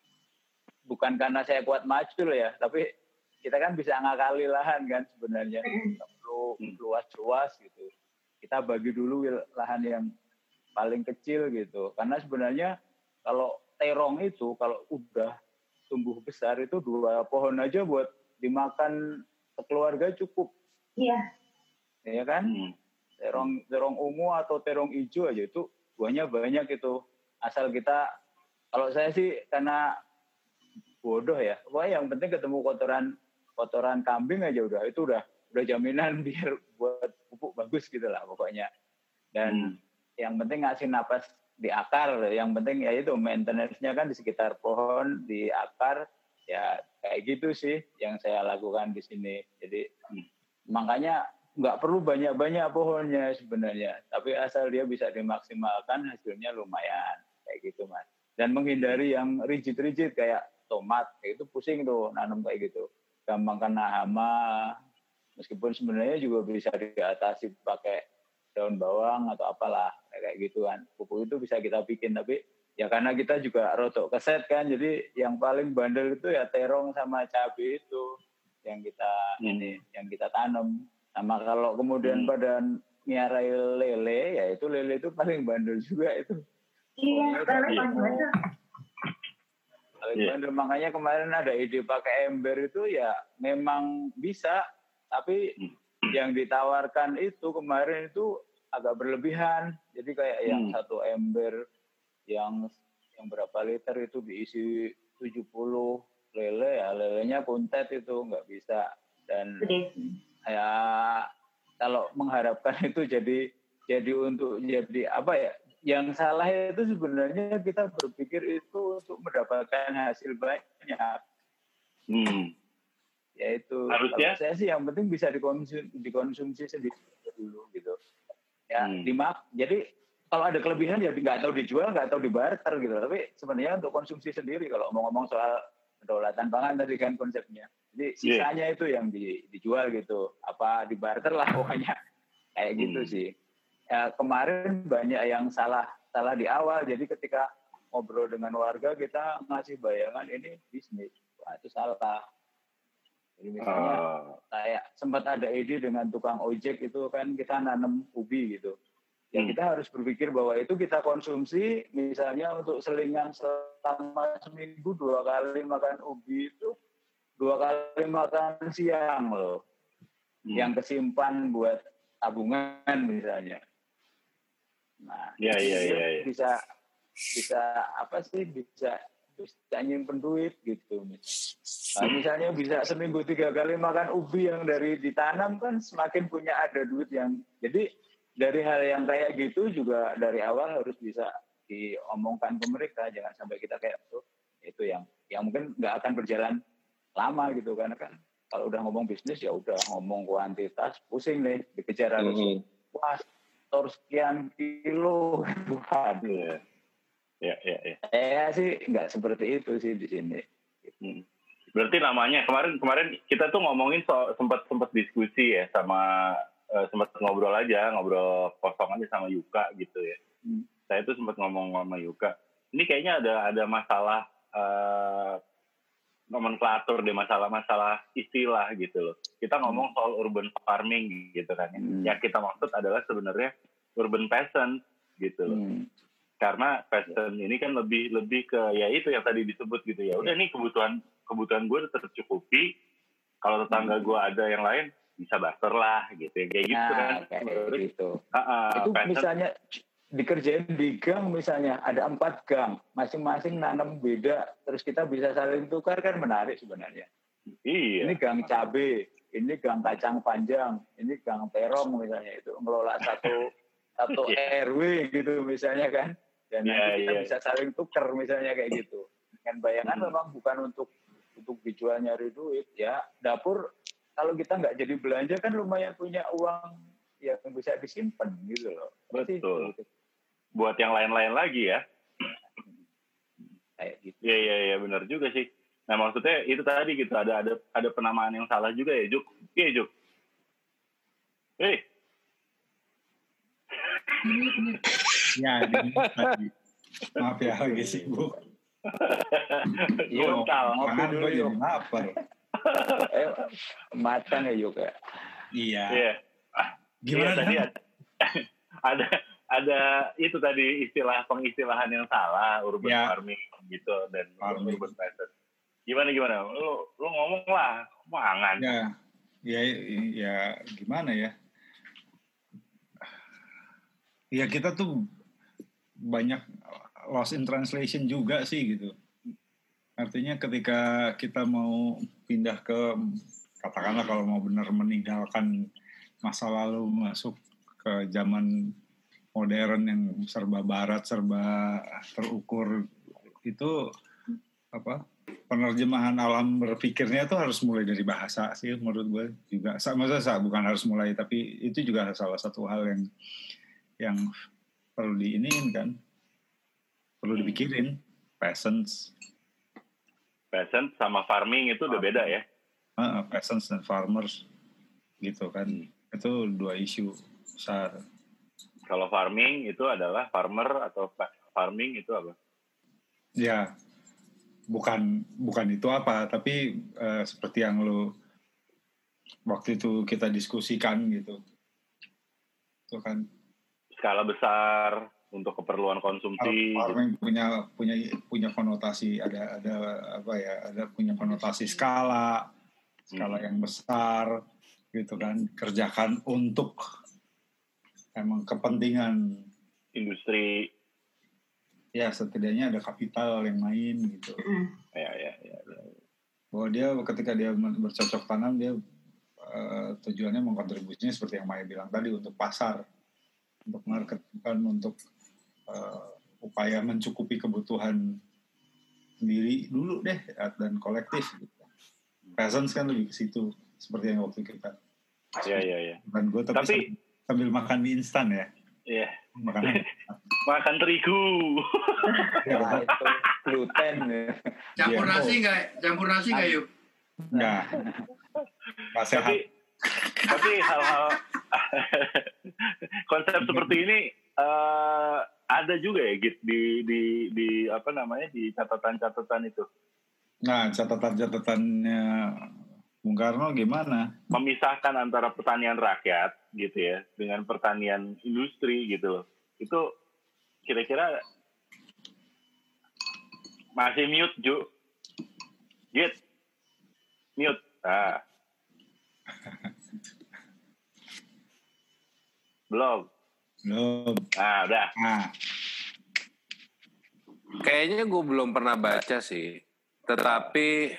bukan karena saya kuat macul ya tapi kita kan bisa ngakali lahan kan sebenarnya nggak perlu luas-luas gitu kita bagi dulu lahan yang paling kecil gitu karena sebenarnya kalau terong itu kalau udah tumbuh besar itu dua pohon aja buat dimakan sekeluarga cukup. Iya. Iya kan? Hmm. Terong terong ungu atau terong hijau aja itu buahnya banyak itu. Asal kita kalau saya sih karena bodoh ya. Pokoknya yang penting ketemu kotoran kotoran kambing aja udah itu udah udah jaminan biar buat pupuk bagus gitu lah pokoknya. Dan hmm. yang penting ngasih napas di akar, yang penting ya itu maintenance-nya kan di sekitar pohon, di akar, ya kayak gitu sih yang saya lakukan di sini. Jadi hmm. makanya nggak perlu banyak-banyak pohonnya sebenarnya, tapi asal dia bisa dimaksimalkan hasilnya lumayan kayak gitu Mas. Dan menghindari yang rigid-rigid kayak tomat, kayak itu pusing tuh nanam kayak gitu, gampang kena hama. Meskipun sebenarnya juga bisa diatasi pakai daun bawang atau apalah kayak gitu kan. Pupuk itu bisa kita bikin, tapi ya karena kita juga rotok keset kan, jadi yang paling bandel itu ya terong sama cabai itu yang kita hmm. ini yang kita tanam. Sama kalau kemudian hmm. pada miarai lele, ya itu lele itu paling bandel juga itu. Iya, lele paling bandel. Paling bandel, makanya kemarin ada ide pakai ember itu ya memang bisa, tapi hmm. yang ditawarkan itu kemarin itu agak berlebihan. Jadi kayak hmm. yang satu ember yang yang berapa liter itu diisi tujuh puluh lele, ya lelenya kuntet itu nggak bisa. Dan ya kalau mengharapkan itu jadi jadi untuk jadi apa ya, yang salah itu sebenarnya kita berpikir itu untuk mendapatkan hasil banyak. Hmm. Yaitu harusnya saya sih yang penting bisa dikonsumsi, dikonsumsi sendiri dulu gitu. Ya, hmm. dimak. Jadi kalau ada kelebihan ya nggak tahu dijual, nggak tahu dibarter gitu. Tapi sebenarnya untuk konsumsi sendiri kalau ngomong-ngomong soal kedaulatan pangan tadi kan konsepnya. Jadi sisanya yeah. itu yang di, dijual gitu. Apa dibarter lah pokoknya. Kayak hmm. gitu sih. Ya, kemarin banyak yang salah salah di awal. Jadi ketika ngobrol dengan warga kita ngasih bayangan ini bisnis. Wah, itu salah. Jadi misalnya uh. kayak sempat ada ide dengan tukang ojek itu kan kita nanam ubi gitu. Ya hmm. kita harus berpikir bahwa itu kita konsumsi misalnya untuk selingan selama seminggu dua kali makan ubi itu dua kali makan siang loh. Hmm. Yang kesimpan buat tabungan misalnya. Nah, ya, ya, ya, ya. bisa bisa apa sih bisa bisa nyimpen duit gitu. Nah, misalnya bisa seminggu tiga kali makan ubi yang dari ditanam kan semakin punya ada duit yang. Jadi dari hal yang kayak gitu juga dari awal harus bisa diomongkan ke mereka, jangan sampai kita kayak itu itu yang yang mungkin nggak akan berjalan lama gitu karena kan kalau udah ngomong bisnis ya udah ngomong kuantitas pusing nih dikejar harus mm-hmm. wah tor sekian kilo waduh. Ya, ya, ya. Eh sih nggak seperti itu sih di sini. Hmm. Berarti namanya kemarin kemarin kita tuh ngomongin soal sempat sempat diskusi ya sama uh, sempat ngobrol aja ngobrol kosong aja sama Yuka gitu ya. Hmm. Saya tuh sempat ngomong sama Yuka. Ini kayaknya ada ada masalah uh, nomenklatur deh, masalah-masalah istilah gitu loh. Kita ngomong soal urban farming gitu kan. Hmm. Yang kita maksud adalah sebenarnya urban peasant gitu loh. Hmm. Karena passion ini kan lebih lebih ke ya itu yang tadi disebut gitu ya. Udah nih kebutuhan kebutuhan gue udah tercukupi. Kalau tetangga gue ada yang lain bisa barter lah gitu ya. Kayak gitu nah, kan. Kayak gitu. Uh, uh, itu passion. Misalnya dikerjain di gang misalnya ada empat gang, masing-masing nanam beda, terus kita bisa saling tukar kan menarik sebenarnya. Iya. Ini gang cabe, ini gang kacang panjang, ini gang terong misalnya itu ngelola satu satu R W gitu misalnya kan. Dan yeah, nanti kita yeah. bisa saling tukar misalnya kayak gitu. Dengan bayangan hmm. memang bukan untuk untuk dijual nyari duit ya. Dapur kalau kita nggak jadi belanja kan lumayan punya uang yang bisa disimpan gitu loh. Betul. Gitu. Buat yang lain-lain lagi ya. Kayak gitu. Iya iya iya benar juga sih. Nah maksudnya itu tadi gitu ada ada ada penamaan yang salah juga ya Juk. Iya Juk. Hei. Ya, ini maaf ya lagi sibuk. Yuk, ngopi dulu yuk. Lapar. Eh, matang ya yuk ya. Iya. Iya. Gimana iya, tadi ada, ada ada itu tadi istilah pengistilahan yang salah urban ya. farming gitu dan farming. urban peasant. Gimana gimana? Lu lu ngomong lah, mangan. Ya. Ya ya gimana ya? Ya kita tuh banyak lost in translation juga sih gitu. Artinya ketika kita mau pindah ke, katakanlah kalau mau benar meninggalkan masa lalu masuk ke zaman modern yang serba barat, serba terukur, itu apa penerjemahan alam berpikirnya itu harus mulai dari bahasa sih menurut gue juga. Maksudnya bukan harus mulai, tapi itu juga salah satu hal yang yang perlu diiniin kan, perlu dipikirin. Peasants Peasant sama farming itu udah beda ya? Uh, peasants dan farmers gitu kan, itu dua isu besar. Kalau farming itu adalah farmer atau farming itu apa? Ya, bukan bukan itu apa, tapi uh, seperti yang lo waktu itu kita diskusikan gitu, itu kan skala besar untuk keperluan konsumsi. Farming gitu. punya punya punya konotasi ada ada apa ya ada punya konotasi skala skala hmm. yang besar gitu kan, kerjakan untuk emang kepentingan industri. Ya setidaknya ada kapital yang main gitu. Ya ya ya. ya. Bahwa dia ketika dia bercocok tanam dia uh, tujuannya mengkontribusinya seperti yang Maya bilang tadi untuk pasar, untuk market, bukan untuk Uh, upaya mencukupi kebutuhan sendiri dulu deh dan kolektif gitu. Peasants kan lebih ke situ seperti yang waktu kita. Iya iya iya. Dan gue tapi, tapi sambil, sambil makan mie instan ya. Iya. Makan makan terigu. Ya, itu gluten. Campur ya. nasi nggak? Campur nasi nggak yuk? Nggak. Nggak sehat. Tapi, tapi hal-hal konsep seperti ini. Uh, ada juga ya Git di di di apa namanya di catatan-catatan itu. Nah, catatan-catatannya Bung Karno gimana? Memisahkan antara pertanian rakyat gitu ya dengan pertanian industri gitu loh. Itu kira-kira masih mute Ju. Git. Mute. Ah. Belum. Belum. Nah, udah. Nah. Kayaknya gue belum pernah baca sih. Tetapi...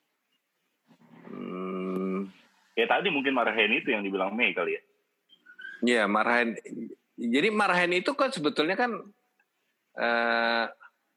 Hmm, ya tadi mungkin Marhen itu yang dibilang Mei kali ya? Iya, Marhen. Jadi Marhen itu kan sebetulnya kan... Uh,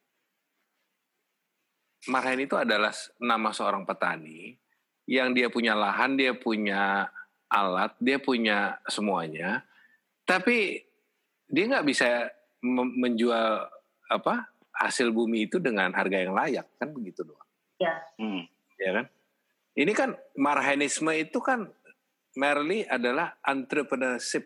Marhen itu adalah nama seorang petani yang dia punya lahan, dia punya alat, dia punya semuanya. Tapi... dia nggak bisa menjual apa hasil bumi itu dengan harga yang layak, kan begitu doang. Ya. Hmm. Ya kan? Ini kan Marhenisme itu kan merely adalah entrepreneurship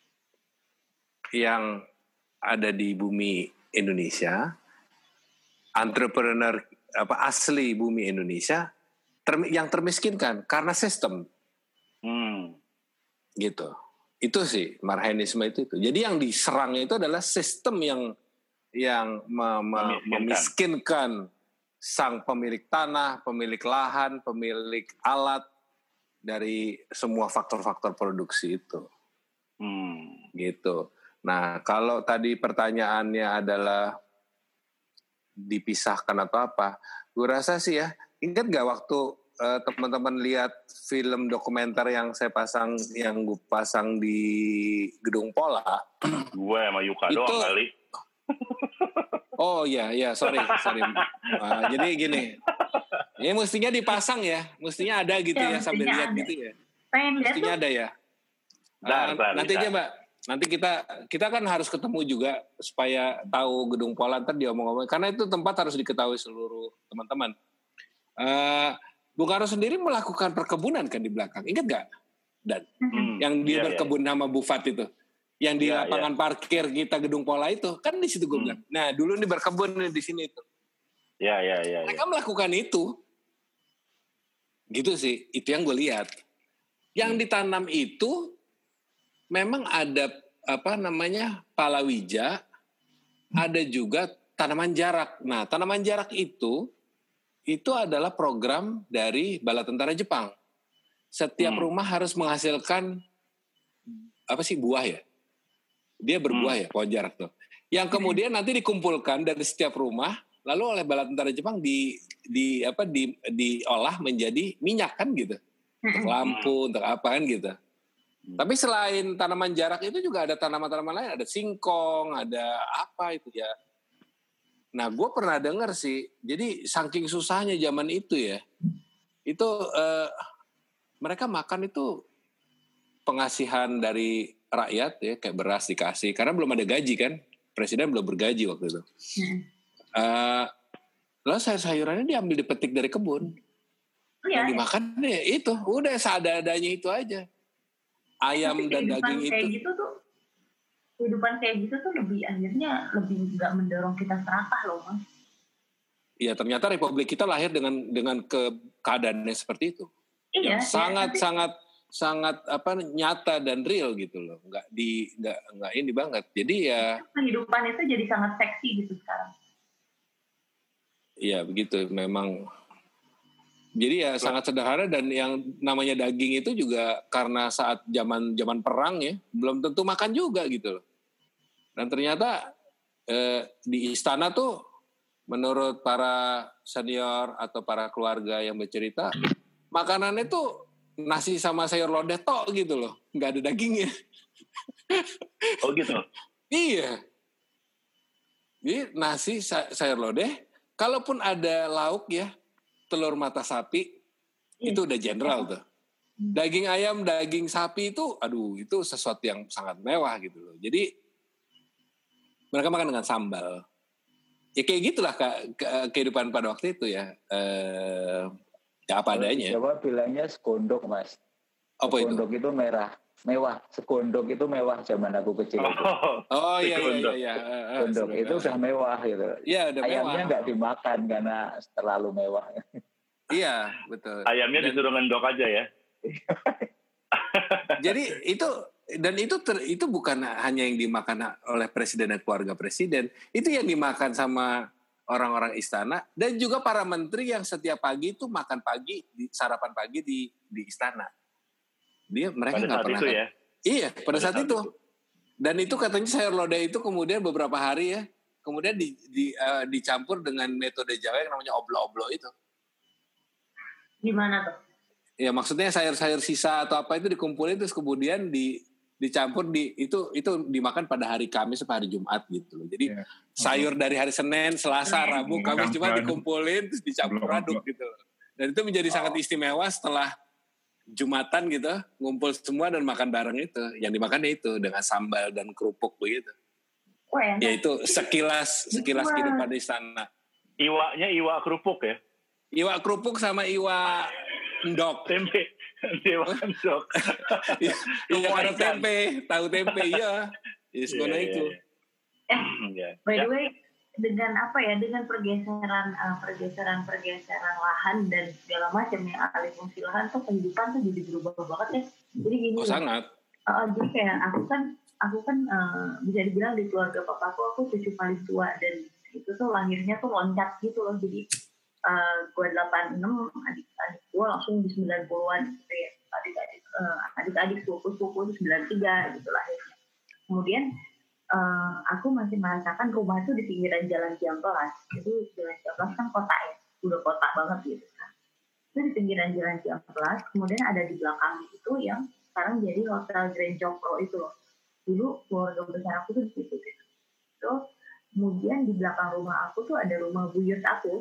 yang ada di bumi Indonesia, entrepreneur apa asli bumi Indonesia ter, yang termiskinkan karena sistem. Hmm. Gitu. Itu sih Marhenisme itu itu. Jadi yang diserang itu adalah sistem yang yang me, me, memiskinkan sang pemilik tanah, pemilik lahan, pemilik alat dari semua faktor-faktor produksi itu. Hmm. Gitu. Nah, kalau tadi pertanyaannya adalah dipisahkan atau apa, gue rasa sih ya, ingat gak waktu Uh, teman-teman lihat film dokumenter yang saya pasang, yang gue pasang di Gedung Pola. Gue sama Yuka itu, doang kali. Oh iya, iya, sorry, sorry. Uh, jadi gini, ini mestinya dipasang ya, mestinya ada gitu ya, ya sambil lihat ada. Gitu ya. Pengen mestinya lihat ada ya. Bentar, bentar, nanti aja Mbak, nanti kita kita kan harus ketemu juga supaya tahu Gedung Pola, ntar diomong-omong, karena itu tempat harus diketahui seluruh teman-teman. Uh, Bung Karno sendiri melakukan perkebunan kan di belakang, ingat gak? Dan hmm, yang dia iya, berkebun iya. Sama Bufat itu, yang di iya, lapangan iya. Parkir kita Gedung Pola itu, kan di situ gue hmm. bilang. Nah dulu ini berkebun di sini itu. Ya ya ya. Mereka ya. Melakukan itu, gitu sih. Itu yang gue lihat. Yang hmm. ditanam itu memang ada apa namanya palawija, hmm. ada juga tanaman jarak. Nah tanaman jarak itu itu adalah program dari Bala Tentara Jepang. Setiap hmm. rumah harus menghasilkan apa sih buah ya? Dia berbuah hmm. ya, pohon jarak tuh. Yang kemudian nanti dikumpulkan dari setiap rumah lalu oleh bala tentara Jepang di di apa di diolah menjadi minyak kan gitu. Untuk lampu, untuk apa kan gitu. Tapi selain tanaman jarak itu juga ada tanaman-tanaman lain, ada singkong, ada apa itu ya. Nah, gue pernah dengar sih, jadi saking susahnya zaman itu ya, itu eh, mereka makan itu pengasihan dari rakyat ya, kayak beras dikasih, karena belum ada gaji kan, presiden belum bergaji waktu itu. Hmm. Uh, lalu sayur-sayurannya diambil dipetik dari kebun, oh, ya, yang dimakan ya itu, udah seadanya itu aja, ayam dan daging kayak itu. Gitu tuh, kehidupan kayak gitu tuh lebih akhirnya lebih nggak mendorong kita serakah loh mas. Iya ternyata Republik kita lahir dengan dengan ke, keadaannya seperti itu. Iya. Yang sangat iya, sangat sangat apa nyata dan real gitu loh, nggak di nggak nggak ini banget. Jadi ya. Kehidupan itu jadi sangat seksi gitu sekarang. Iya begitu memang. Jadi ya sangat sederhana dan yang namanya daging itu juga karena saat zaman zaman perang ya belum tentu makan juga gitu loh. Dan ternyata eh, di istana tuh menurut para senior atau para keluarga yang bercerita makanannya tuh nasi sama sayur lodeh tok gitu loh, nggak ada dagingnya. Oh gitu. Iya. Jadi nasi sayur lodeh, kalaupun ada lauk ya. Telur mata sapi iya. Itu udah general tuh. Daging ayam, daging sapi itu, aduh itu sesuatu yang sangat mewah gitu loh. Jadi mereka makan dengan sambal. Ya kayak gitulah ke, ke, kehidupan pada waktu itu ya. Eh, ya apa adanya. Jawa bilangnya sekondok mas. Apa sekondok itu? itu merah, mewah. Sekondok itu mewah zaman aku kecil. Oh, itu. oh iya iya iya. iya. Sekondok itu udah mewah gitu. Iya udah mewah. Ayamnya nggak dimakan karena terlalu mewah. Iya betul. Ayamnya dan, disuruh ngendok aja ya. Jadi itu dan itu ter, itu bukan hanya yang dimakan oleh presiden dan keluarga presiden, itu yang dimakan sama orang-orang istana dan juga para menteri yang setiap pagi itu makan pagi di sarapan pagi di di istana. Dia mereka nggak pernah. Itu ya? Iya pada, pada saat, saat itu. itu. Dan itu katanya sayur lodeh itu kemudian beberapa hari ya, kemudian di, di, uh, dicampur dengan metode Jawa yang namanya oblo-oblo itu. Gimana tuh? Ya maksudnya sayur-sayur sisa atau apa itu dikumpulin terus kemudian di dicampur di itu itu dimakan pada hari Kamis atau hari Jumat gitu loh. Jadi yeah. sayur dari hari Senin, Selasa, Rabu, Kamis, Jumat dikumpulin terus dicampur aduk gitu loh. Dan itu menjadi oh. sangat istimewa setelah Jumatan gitu, ngumpul semua dan makan bareng itu. Yang dimakannya itu dengan sambal dan kerupuk begitu. Oh, ya, ya itu sekilas sekilas kehidupan di sana. Iwaknya iwak kerupuk ya? Iwak kerupuk sama iwak endok. Tempe. Iwak endok. Iya ada tempe, tahu tempe iya. Ya sebenarnya yeah, itu. Eh, yeah. by the way, dengan apa ya, dengan pergeseran uh, pergeseran pergeseran lahan dan segala macam ya, alih fungsi lahan tuh kehidupan tuh jadi berubah banget ya. Jadi gini. Oh sangat. Uh, jadi kayak aku kan aku kan uh, bisa dibilang di keluarga papaku aku cucu paling tua dan itu tuh lahirnya tuh loncat gitu loh. Jadi uh, gue delapan puluh enam, adik-adik gue langsung di sembilan puluhan gitu ya. Adik-adik uh, adik-adik sepupu-sepupu itu sembilan puluh tiga gitu lahirnya. Kemudian Uh, aku masih merasakan rumah itu di pinggiran Jalan Ciamplas. Itu Jalan Ciamplas kan kota ya, udah kota banget gitu kan. Itu di pinggiran Jalan Ciamplas, kemudian ada di belakang itu yang sekarang jadi Hotel Grand Cokro itu loh. Dulu keluarga besar aku tuh di situ gitu. Terus kemudian di belakang rumah aku tuh ada rumah buyut aku.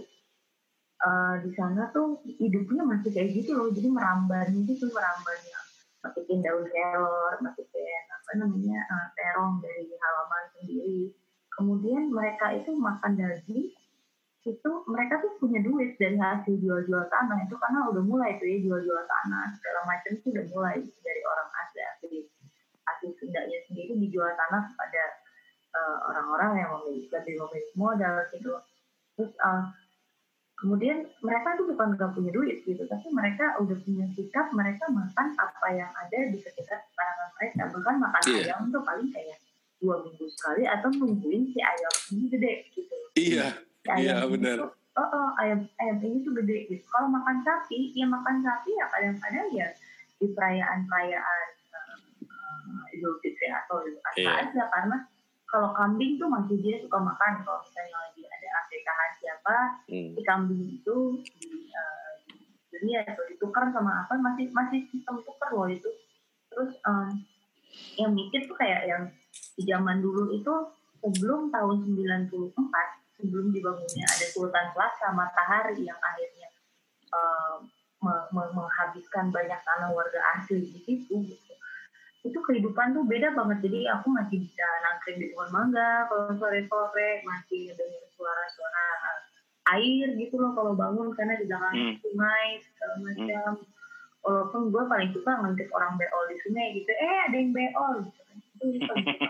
Uh, di sana tuh hidupnya masih kayak gitu loh, jadi merambannya gitu merambannya. Masukin daun kelor, masukin apa namanya uh, terong dari halaman sendiri. Kemudian mereka itu makan daging, itu mereka tuh punya duit dari hasil jual-jual tanah itu karena udah mulai tuh ya jual-jual tanah segala macam itu udah mulai dari orang asli asli asli Sundanya sendiri dijual tanah kepada uh, orang-orang yang memiliki lebih memiliki modal gitu. Terus uh, kemudian mereka tuh bukan gak punya duit gitu, tapi mereka udah punya sikap, mereka makan apa yang ada di sekitar karangan mereka. Bahkan makan yeah. ayam tuh paling kayak dua minggu sekali atau nungguin si ayam ini gede gitu. Iya, si ayam iya benar. Tuh, oh, oh ayam ayam ini tuh gede gitu. Kalau makan sapi, ya makan sapi ya kadang-kadang ya di perayaan-perayaan uh, uh, Idul Fitri atau Idul Adha yeah. aja karena kalau kambing tuh masih dia suka makan kalau misalnya lagi ada akikahan siapa, hmm. si kambing itu di, uh, di atau ditukar sama apa masih masih sistem tukar loh itu. Terus um, yang mikir tuh kayak yang di zaman dulu itu sebelum tahun sembilan puluh empat, sebelum dibangunnya ada Sultan Plaza Matahari yang akhirnya uh, me- me- menghabiskan banyak tanah warga asli di situ gitu. Itu kehidupan tuh beda banget. Jadi aku masih bisa nangkring di pohon mangga kalau sore-sore, masih dengar suara-suara air gitu loh kalau bangun karena di belakang hmm. sungai segala macam. Hmm. Walaupun gue paling suka ngintip orang beol di sungai gitu, eh ada yang beol gitu. Itu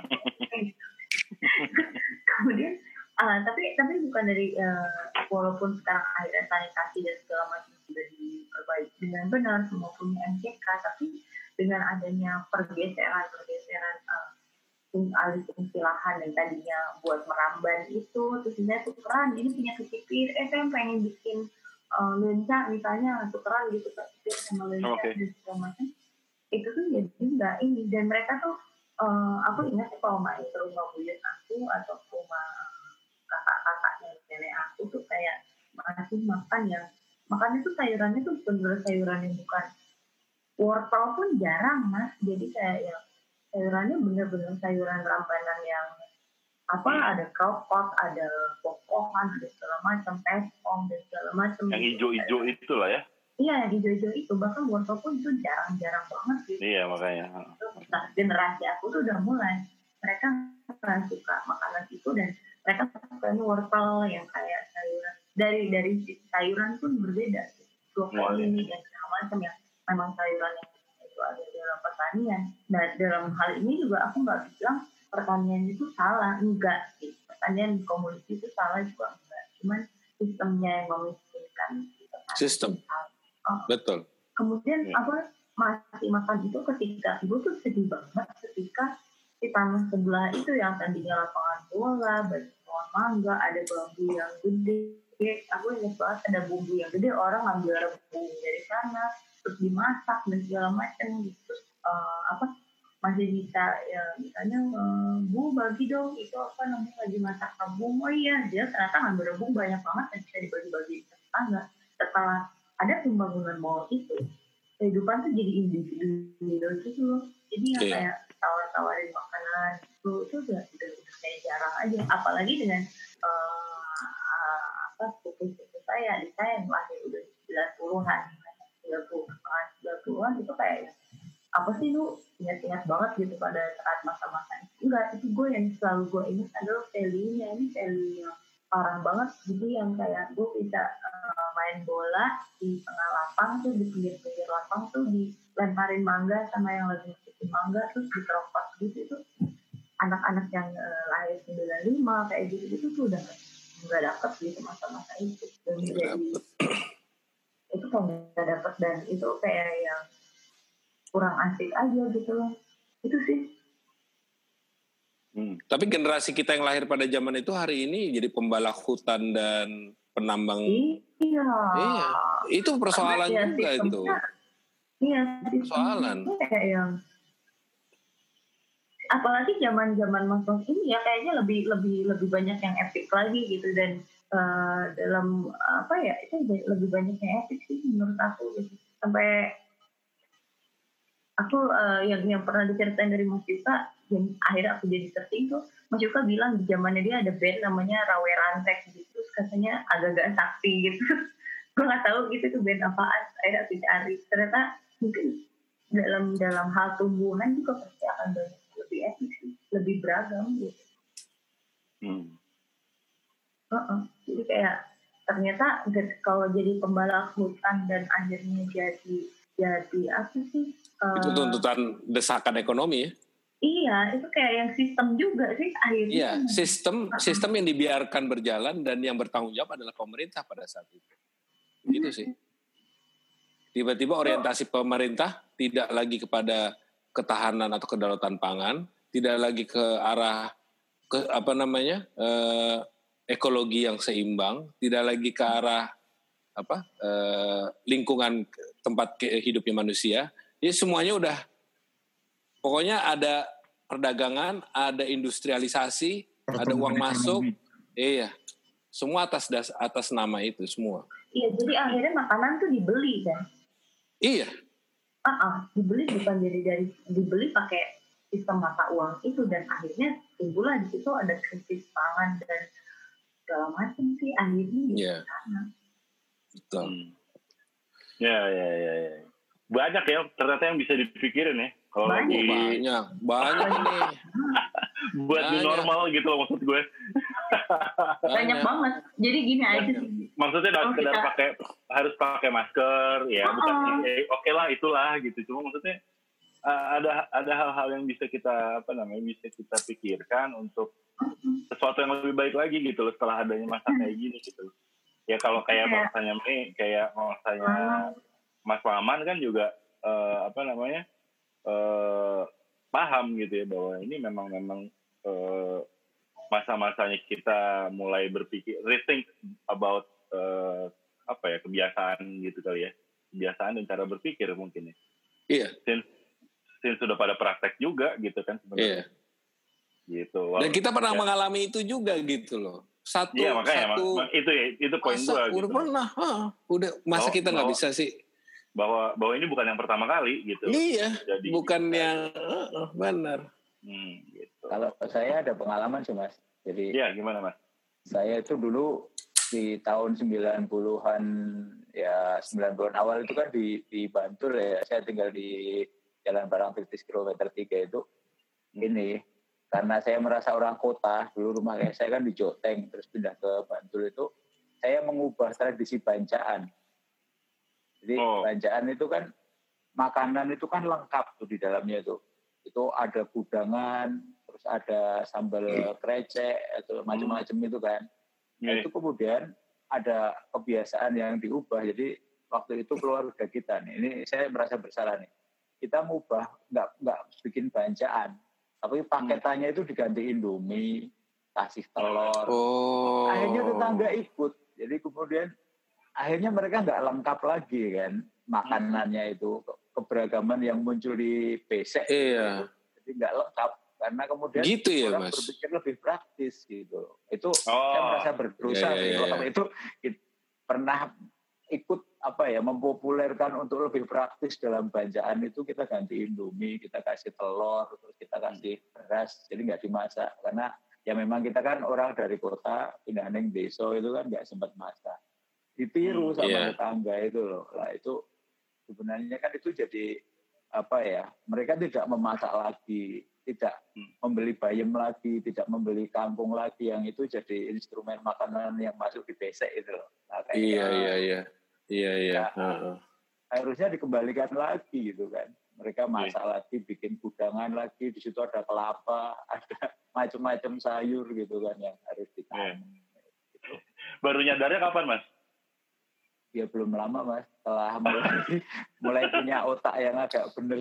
kemudian uh, tapi tapi bukan dari uh, walaupun sekarang akhirnya sanitasi dan segala macam sudah diperbaiki dengan benar, semua punya M C K, tapi dengan adanya pergeseran pergeseran uh, alih fungsi lahan yang tadinya buat meramban itu, terus ini tukeran, ini punya kecipir, eh saya pengen bikin uh, lenca misalnya, tukeran gitu kecipir sama lenca okay. dan segala macam, itu tuh jadi enggak ini. Dan mereka tuh uh, aku ingat kalau main ke rumah buyut aku atau ke rumah kakak-kakaknya nenek aku tuh kayak masih makan yang makannya tuh sayurannya tuh bener sayuran yang bukan wortel pun jarang mas, jadi kayak yang sayurannya bener-bener sayuran rambanan yang apa ada krokot, ada pokohan, ada segala macam, tespong dan segala macam. Yang hijau-hijau itu lah ya? Iya, yang hijau-hijau itu, bahkan wortel pun itu jarang-jarang banget gitu. Iya makanya. Nah, generasi aku tuh udah mulai, mereka suka makanan itu dan mereka suka wortel yang kayak sayuran dari dari sayuran pun berbeda, brokoli ini dan segala macam yang memang sayuran yang itu ada dalam pertanian. Nah dalam hal ini juga aku nggak bilang pertanian itu salah, enggak sih. Pertanian komoditi itu salah juga enggak. Cuman sistemnya yang memiskinkan. Sistem. Oh. Betul. Kemudian ya. Apa masih makan itu ketika ibu tuh sedih banget ketika di tanah sebelah itu yang tadinya lapangan bola, banyak pohon mangga, ada bambu yang gede. Aku ingat banget ada bumbu yang gede, orang ngambil rebung dari sana terus dimasak dan segala macam gitu. Terus uh, apa masih bisa ya misalnya uh, bu bagi dong itu apa namanya lagi masak rebung, oh iya dia ternyata ngambil rebung banyak banget dan bisa dibagi-bagi ke tetangga. Setelah ada pembangunan mall itu kehidupan tuh jadi individu gitu loh, jadi yang yeah. kayak tawar-tawarin makanan itu itu udah udah kayak jarang aja, apalagi dengan uh, uh, apa sepupu-sepupu saya di saya yang lahir udah sembilan puluhan tiga puluhan itu kayak apa sih lu ingat-ingat banget gitu pada saat masa-masa itu. Enggak, itu gue yang selalu gue ingat adalah value-nya, ini value-nya parah banget, jadi yang kayak gue bisa uh, main bola di tengah lapang tuh, di pinggir-pinggir lapang tuh dilemparin mangga sama yang lagi ngikutin mangga terus diterokot gitu. Itu anak-anak yang uh, lahir sembilan puluh lima kayak gitu-gitu tuh udah nggak dapet gitu masa-masa itu dan jadi itu kayak nggak dapet dan itu kayak yang kurang asik aja gitu loh, itu sih. Hmm. Tapi generasi kita yang lahir pada zaman itu hari ini jadi pembalak hutan dan penambang. Iya. Iya. Itu persoalan ya, juga itu. Iya. Persoalan. Kayak yang apalagi zaman-zaman masuk ini ya kayaknya lebih lebih lebih banyak yang epic lagi gitu dan uh, dalam apa ya itu lebih banyak yang epic sih menurut aku gitu. Sampai aku uh, yang yang pernah diceritain dari Mas Yuka yang akhirnya aku jadi searching tuh Mas Yuka bilang di zamannya dia ada band namanya Rawe Rantek gitu, terus katanya agak-agak sakti gitu. Gue nggak tahu gitu tuh band apaan, akhirnya aku cari ternyata mungkin dalam dalam hal tumbuhan juga pasti akan banyak lebih epic sih, lebih beragam gitu. Hmm. Uh-uh. Jadi kayak ternyata kalau jadi pembalak hutan dan akhirnya jadi jadi apa sih? Uh, itu tuntutan desakan ekonomi ya? Iya, itu kayak yang sistem juga sih akhirnya. Iya, sistem uh-huh. sistem yang dibiarkan berjalan dan yang bertanggung jawab adalah pemerintah pada saat itu. Gitu sih. Tiba-tiba orientasi pemerintah tidak lagi kepada ketahanan atau kedaulatan pangan, tidak lagi ke arah ke apa namanya eh, ekologi yang seimbang, tidak lagi ke arah apa eh, lingkungan tempat hidupnya manusia. Jadi semuanya udah pokoknya ada perdagangan, ada industrialisasi, ada uang masuk, iya, semua atas das, atas nama itu semua. Iya, jadi akhirnya makanan tuh dibeli kan? Iya. Ah, uh-uh, dibeli bukan jadi dari dibeli pakai sistem mata uang itu, dan akhirnya timbullah di situ ada krisis pangan dan segala macam sih akhirnya. Iya. Betul. Hmm. Ya, ya, ya, ya. Banyak ya ternyata yang bisa dipikirin ya. Kalau banyak, lagi banyak, banyak ini. Buat new normal gitu loh maksud gue. Banyak banget. Jadi gini aja sih. Maksudnya oh, sekedar kita... pakai harus pakai masker ya, uh-uh. bukan eh, oke okay lah itulah gitu. Cuma maksudnya uh, ada ada hal-hal yang bisa kita apa namanya bisa kita pikirkan untuk sesuatu yang lebih baik lagi gitu loh setelah adanya masa kayak gini gitu. Ya kalau kayak yeah. masanya Mei, kayak masanya Mas Maman kan juga uh, apa namanya uh, paham gitu ya bahwa ini memang memang uh, masa-masanya kita mulai berpikir rethink about uh, apa ya kebiasaan gitu kali ya, kebiasaan dan cara berpikir mungkin ya. Iya. Since, since sudah pada praktek juga gitu kan sebenarnya. Iya. Gitu. Dan kita pernah ya. mengalami itu juga gitu loh. Satu, ya, makanya, satu. Mak- itu ya, itu poin gua. Udah gitu. pernah, ha, udah masa bahwa, kita nggak bisa sih. Bahwa bahwa ini bukan yang pertama kali gitu. Iya. Jadi, bukan gitu. yang uh, uh, benar. Hmm, gitu. Kalau saya ada pengalaman sih Mas. Jadi. Iya, gimana Mas? Saya itu dulu di tahun sembilan puluhan ya sembilan puluhan awal itu kan di di Bantul ya. Saya tinggal di Jalan Parangtritis kilometer tiga itu. Ini karena saya merasa orang kota, dulu rumah saya kan di Joteng, terus pindah ke Bantul itu, saya mengubah tradisi bancaan. Jadi oh. bancaan itu kan, makanan itu kan lengkap tuh di dalamnya itu. Itu ada gudangan, terus ada sambal krecek, atau macam-macam itu kan. Nah, itu kemudian ada kebiasaan yang diubah, jadi waktu itu keluarga kita nih, ini saya merasa bersalah nih, kita mengubah, nggak, nggak bikin bancaan, tapi paketannya itu diganti Indomie, kasih telur. Oh. Akhirnya tetangga ikut. Jadi kemudian akhirnya mereka nggak lengkap lagi kan makanannya itu, keberagaman yang muncul di besek. Iya. Gitu. Jadi nggak lengkap karena kemudian gitu ya, orang Mas? Berpikir lebih praktis gitu. Itu oh. saya merasa berdosa yeah, sih. yeah, Kalau yeah. itu pernah ikut apa ya mempopulerkan untuk lebih praktis dalam bancaan itu, kita ganti Indomie, kita kasih telur, terus kita kasih beras, jadi nggak dimasak karena ya memang kita kan orang dari kota pindah neng desa itu kan nggak sempat masak, ditiru sama yeah. tetangga itu loh. Lah itu sebenarnya kan itu jadi apa ya, mereka tidak memasak lagi, tidak membeli bayam lagi, tidak membeli kampung lagi, yang itu jadi instrumen makanan yang masuk di besek itu loh. Nah, iya iya iya. Iya iya. Ya, uh-uh. harusnya dikembalikan lagi gitu kan. Mereka masak yeah. lagi, bikin gudangan lagi. Di situ ada kelapa, ada macam-macam sayur gitu kan yang harus ditanam. Yeah. Gitu. Baru nyadarnya kapan Mas? Ya belum lama Mas. Setelah mulai mulai punya otak yang agak bener.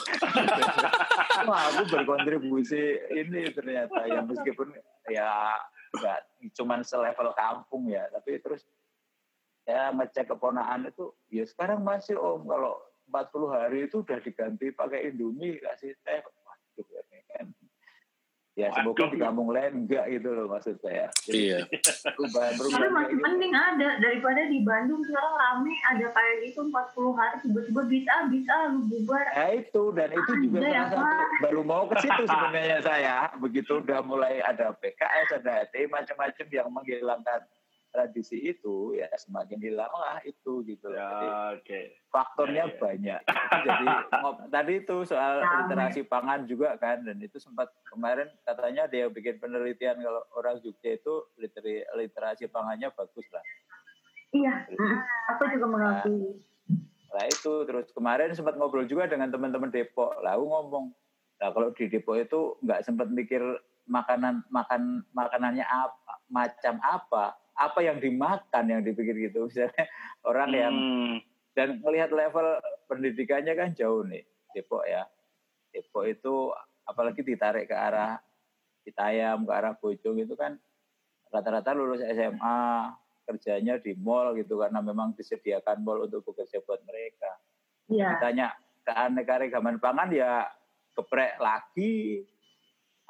Wah, aku berkontribusi ini ternyata ya, meskipun ya nggak cuma selevel kampung ya, tapi terus saya ngecek keponakan itu, ya sekarang masih om, kalau empat puluh hari itu udah diganti pakai Indomie, kasih teh. Waduh, kan. Ya semoga di kampung lain enggak gitu loh maksud saya. Jadi, iya. Tapi masih gitu. Mending ada, daripada di Bandung sekarang rame, ada kayak gitu empat puluh hari, tiba-tiba bisa, bisa, lu bubar. Ya itu, dan itu ada juga salah satu, baru mau ke situ sebenarnya saya, begitu udah mulai ada P K S, ada H T I, macam-macam yang menghilangkan tradisi itu, ya semakin hilang lah itu gitu. Ya, jadi okay. faktornya ya, ya. banyak. Jadi tadi itu soal literasi pangan juga kan, dan itu sempat kemarin katanya dia bikin penelitian kalau orang Jogja itu literi, literasi pangannya bagus lah. Iya, aku juga mengakui. Nah, nah itu terus kemarin sempat ngobrol juga dengan teman-teman Depok. Lalu ngomong, nah kalau di Depok itu nggak sempat mikir makanan makan makanannya apa, macam apa. Apa yang dimakan yang dipikir gitu, misalnya orang hmm. yang dan melihat level pendidikannya kan jauh nih Depok ya. Depok itu apalagi ditarik ke arah Citayam, ke arah Bojong itu kan rata-rata lulus S M A, kerjanya di mall gitu karena memang disediakan mall untuk bekerja buat mereka. Ya. Ditanya keanekaragaman pangan ya geprek lagi,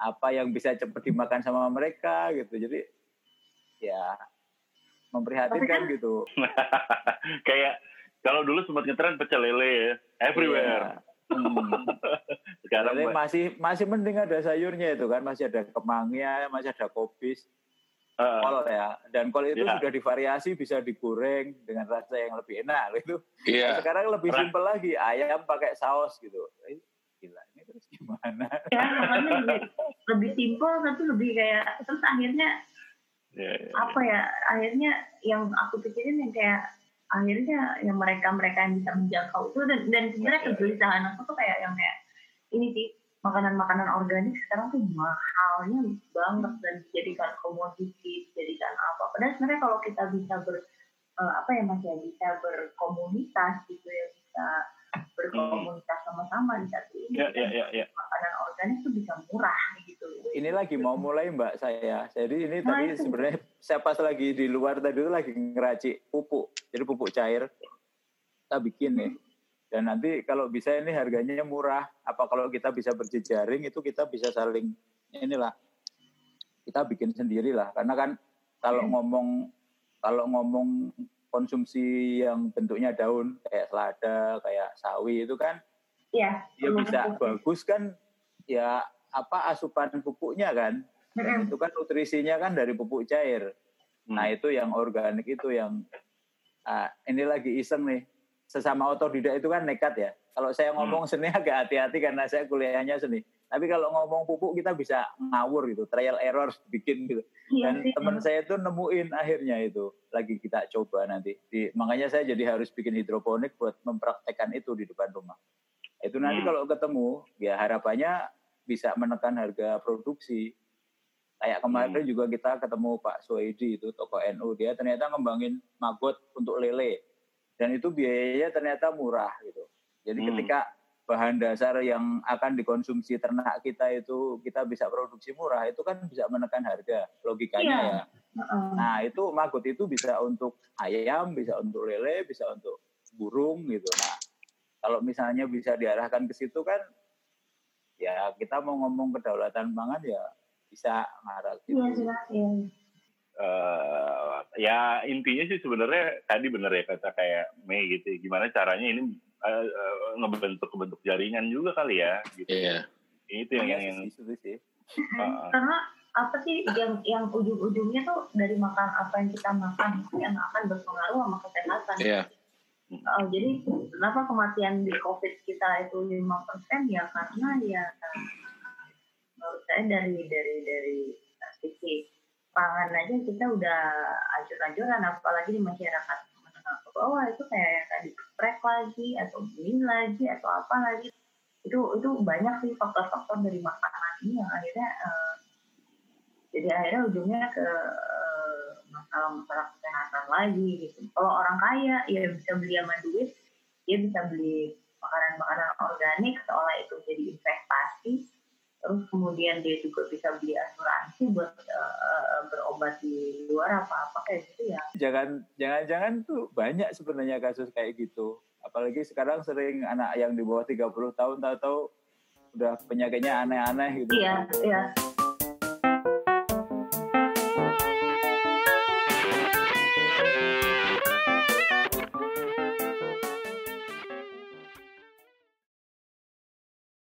apa yang bisa cepat dimakan sama mereka gitu. Jadi ya memprihatinkan kan, gitu. Kayak kalau dulu sempat ngetren pecel lele ya, everywhere. Iya. Hmm. Sekarang lele masih masih mending ada sayurnya itu kan, masih ada kemangnya, masih ada kobis. Uh, kol ya, dan kol itu yeah. sudah divariasi, bisa digoreng dengan rasa yang lebih enak gitu. Yeah. Nah, sekarang lebih simpel lagi, ayam pakai saus gitu. Eh, gila, ini terus gimana? Ya, makanya lebih, lebih simpel tapi lebih kayak terus akhirnya yeah, yeah, apa ya? Akhirnya yang aku pikirin yang kayak akhirnya yang mereka-mereka yang bisa menjangkau itu dan dan sebenarnya yeah, kegelisahan yeah. aku tuh kayak yang kayak ini sih. Makanan-makanan organik sekarang tuh mahalnya banget dan dijadikan komoditi, dijadikan apa. Padahal sebenarnya kalau kita bisa ber uh, apa ya mas ya bisa berkomunitas gitu ya, bisa berkomunitas sama-sama di satu ini. Yeah, yeah, yeah, yeah. Makanan organik tuh bisa murah gitu. Ini lagi mau mulai mbak saya. Jadi ini nah, tadi itu. Sebenarnya saya pas lagi di luar tadi itu lagi ngeracik pupuk. Jadi pupuk cair kita bikin nih. Dan nanti kalau bisa ini harganya murah. Apa kalau kita bisa berjejaring itu kita bisa saling inilah kita bikin sendiri lah. Karena kan kalau ngomong kalau ngomong konsumsi yang bentuknya daun kayak selada, kayak sawi itu kan, ya, dia bisa bagus kan. Ya apa asupan pupuknya kan? Dan itu kan nutrisinya kan dari pupuk cair. Nah itu yang organik itu yang ah, ini lagi iseng nih. Sesama otodidak itu kan nekat ya. Kalau saya ngomong seni agak hati-hati karena saya kuliahnya seni. Tapi kalau ngomong pupuk kita bisa ngawur gitu, trial error bikin gitu. Dan ya, teman saya itu nemuin akhirnya itu. Lagi kita coba nanti. Di, makanya saya jadi harus bikin hidroponik buat mempraktekkan itu di depan rumah. Itu nanti hmm. kalau ketemu, ya harapannya bisa menekan harga produksi. Kayak kemarin hmm. juga kita ketemu Pak Soedi itu, tokoh N U. Dia ternyata ngembangin maggot untuk lele. Dan itu biayanya ternyata murah gitu. Jadi hmm. ketika bahan dasar yang akan dikonsumsi ternak kita itu kita bisa produksi murah, itu kan bisa menekan harga logikanya yeah. ya. Uh-uh. Nah itu maggot itu bisa untuk ayam, bisa untuk lele, bisa untuk burung gitu. Nah kalau misalnya bisa diarahkan ke situ kan, ya kita mau ngomong kedaulatan pangan ya bisa ngarah gitu. Iya yeah, yeah. Uh, ya intinya sih sebenarnya tadi bener ya kata kayak Mei gitu. Gimana caranya ini uh, uh, ngebentuk bentuk jaringan juga kali ya. Gitu. Iya. Itu yang yang, yang itu sih. Uh, Karena apa sih yang yang ujung-ujungnya tuh dari makan apa yang kita makan itu yang akan berpengaruh sama kesehatan. Iya. Uh, jadi kenapa kematian di COVID kita itu lima persen ya karena ya menurut saya dari dari dari sisi pangan aja kita udah ancur-ancuran, apalagi di masyarakat menengah ke bawah itu kayak yang tadi geprek lagi atau mie lagi atau apa lagi itu itu banyak sih faktor-faktor dari makanan ini yang akhirnya uh, jadi akhirnya ujungnya ke uh, masalah-masalah kesehatan lagi gitu. Kalau orang kaya ya bisa beli sama duit, dia bisa beli makanan-makanan organik seolah itu jadi investasi. Terus kemudian dia juga bisa beli asuransi buat uh, berobat di luar apa-apa kayak gitu ya. Jangan, jangan-jangan tuh banyak sebenarnya kasus kayak gitu. Apalagi sekarang sering anak yang di bawah tiga puluh tahun tahu-tahu udah penyakitnya aneh-aneh gitu. Iya, iya.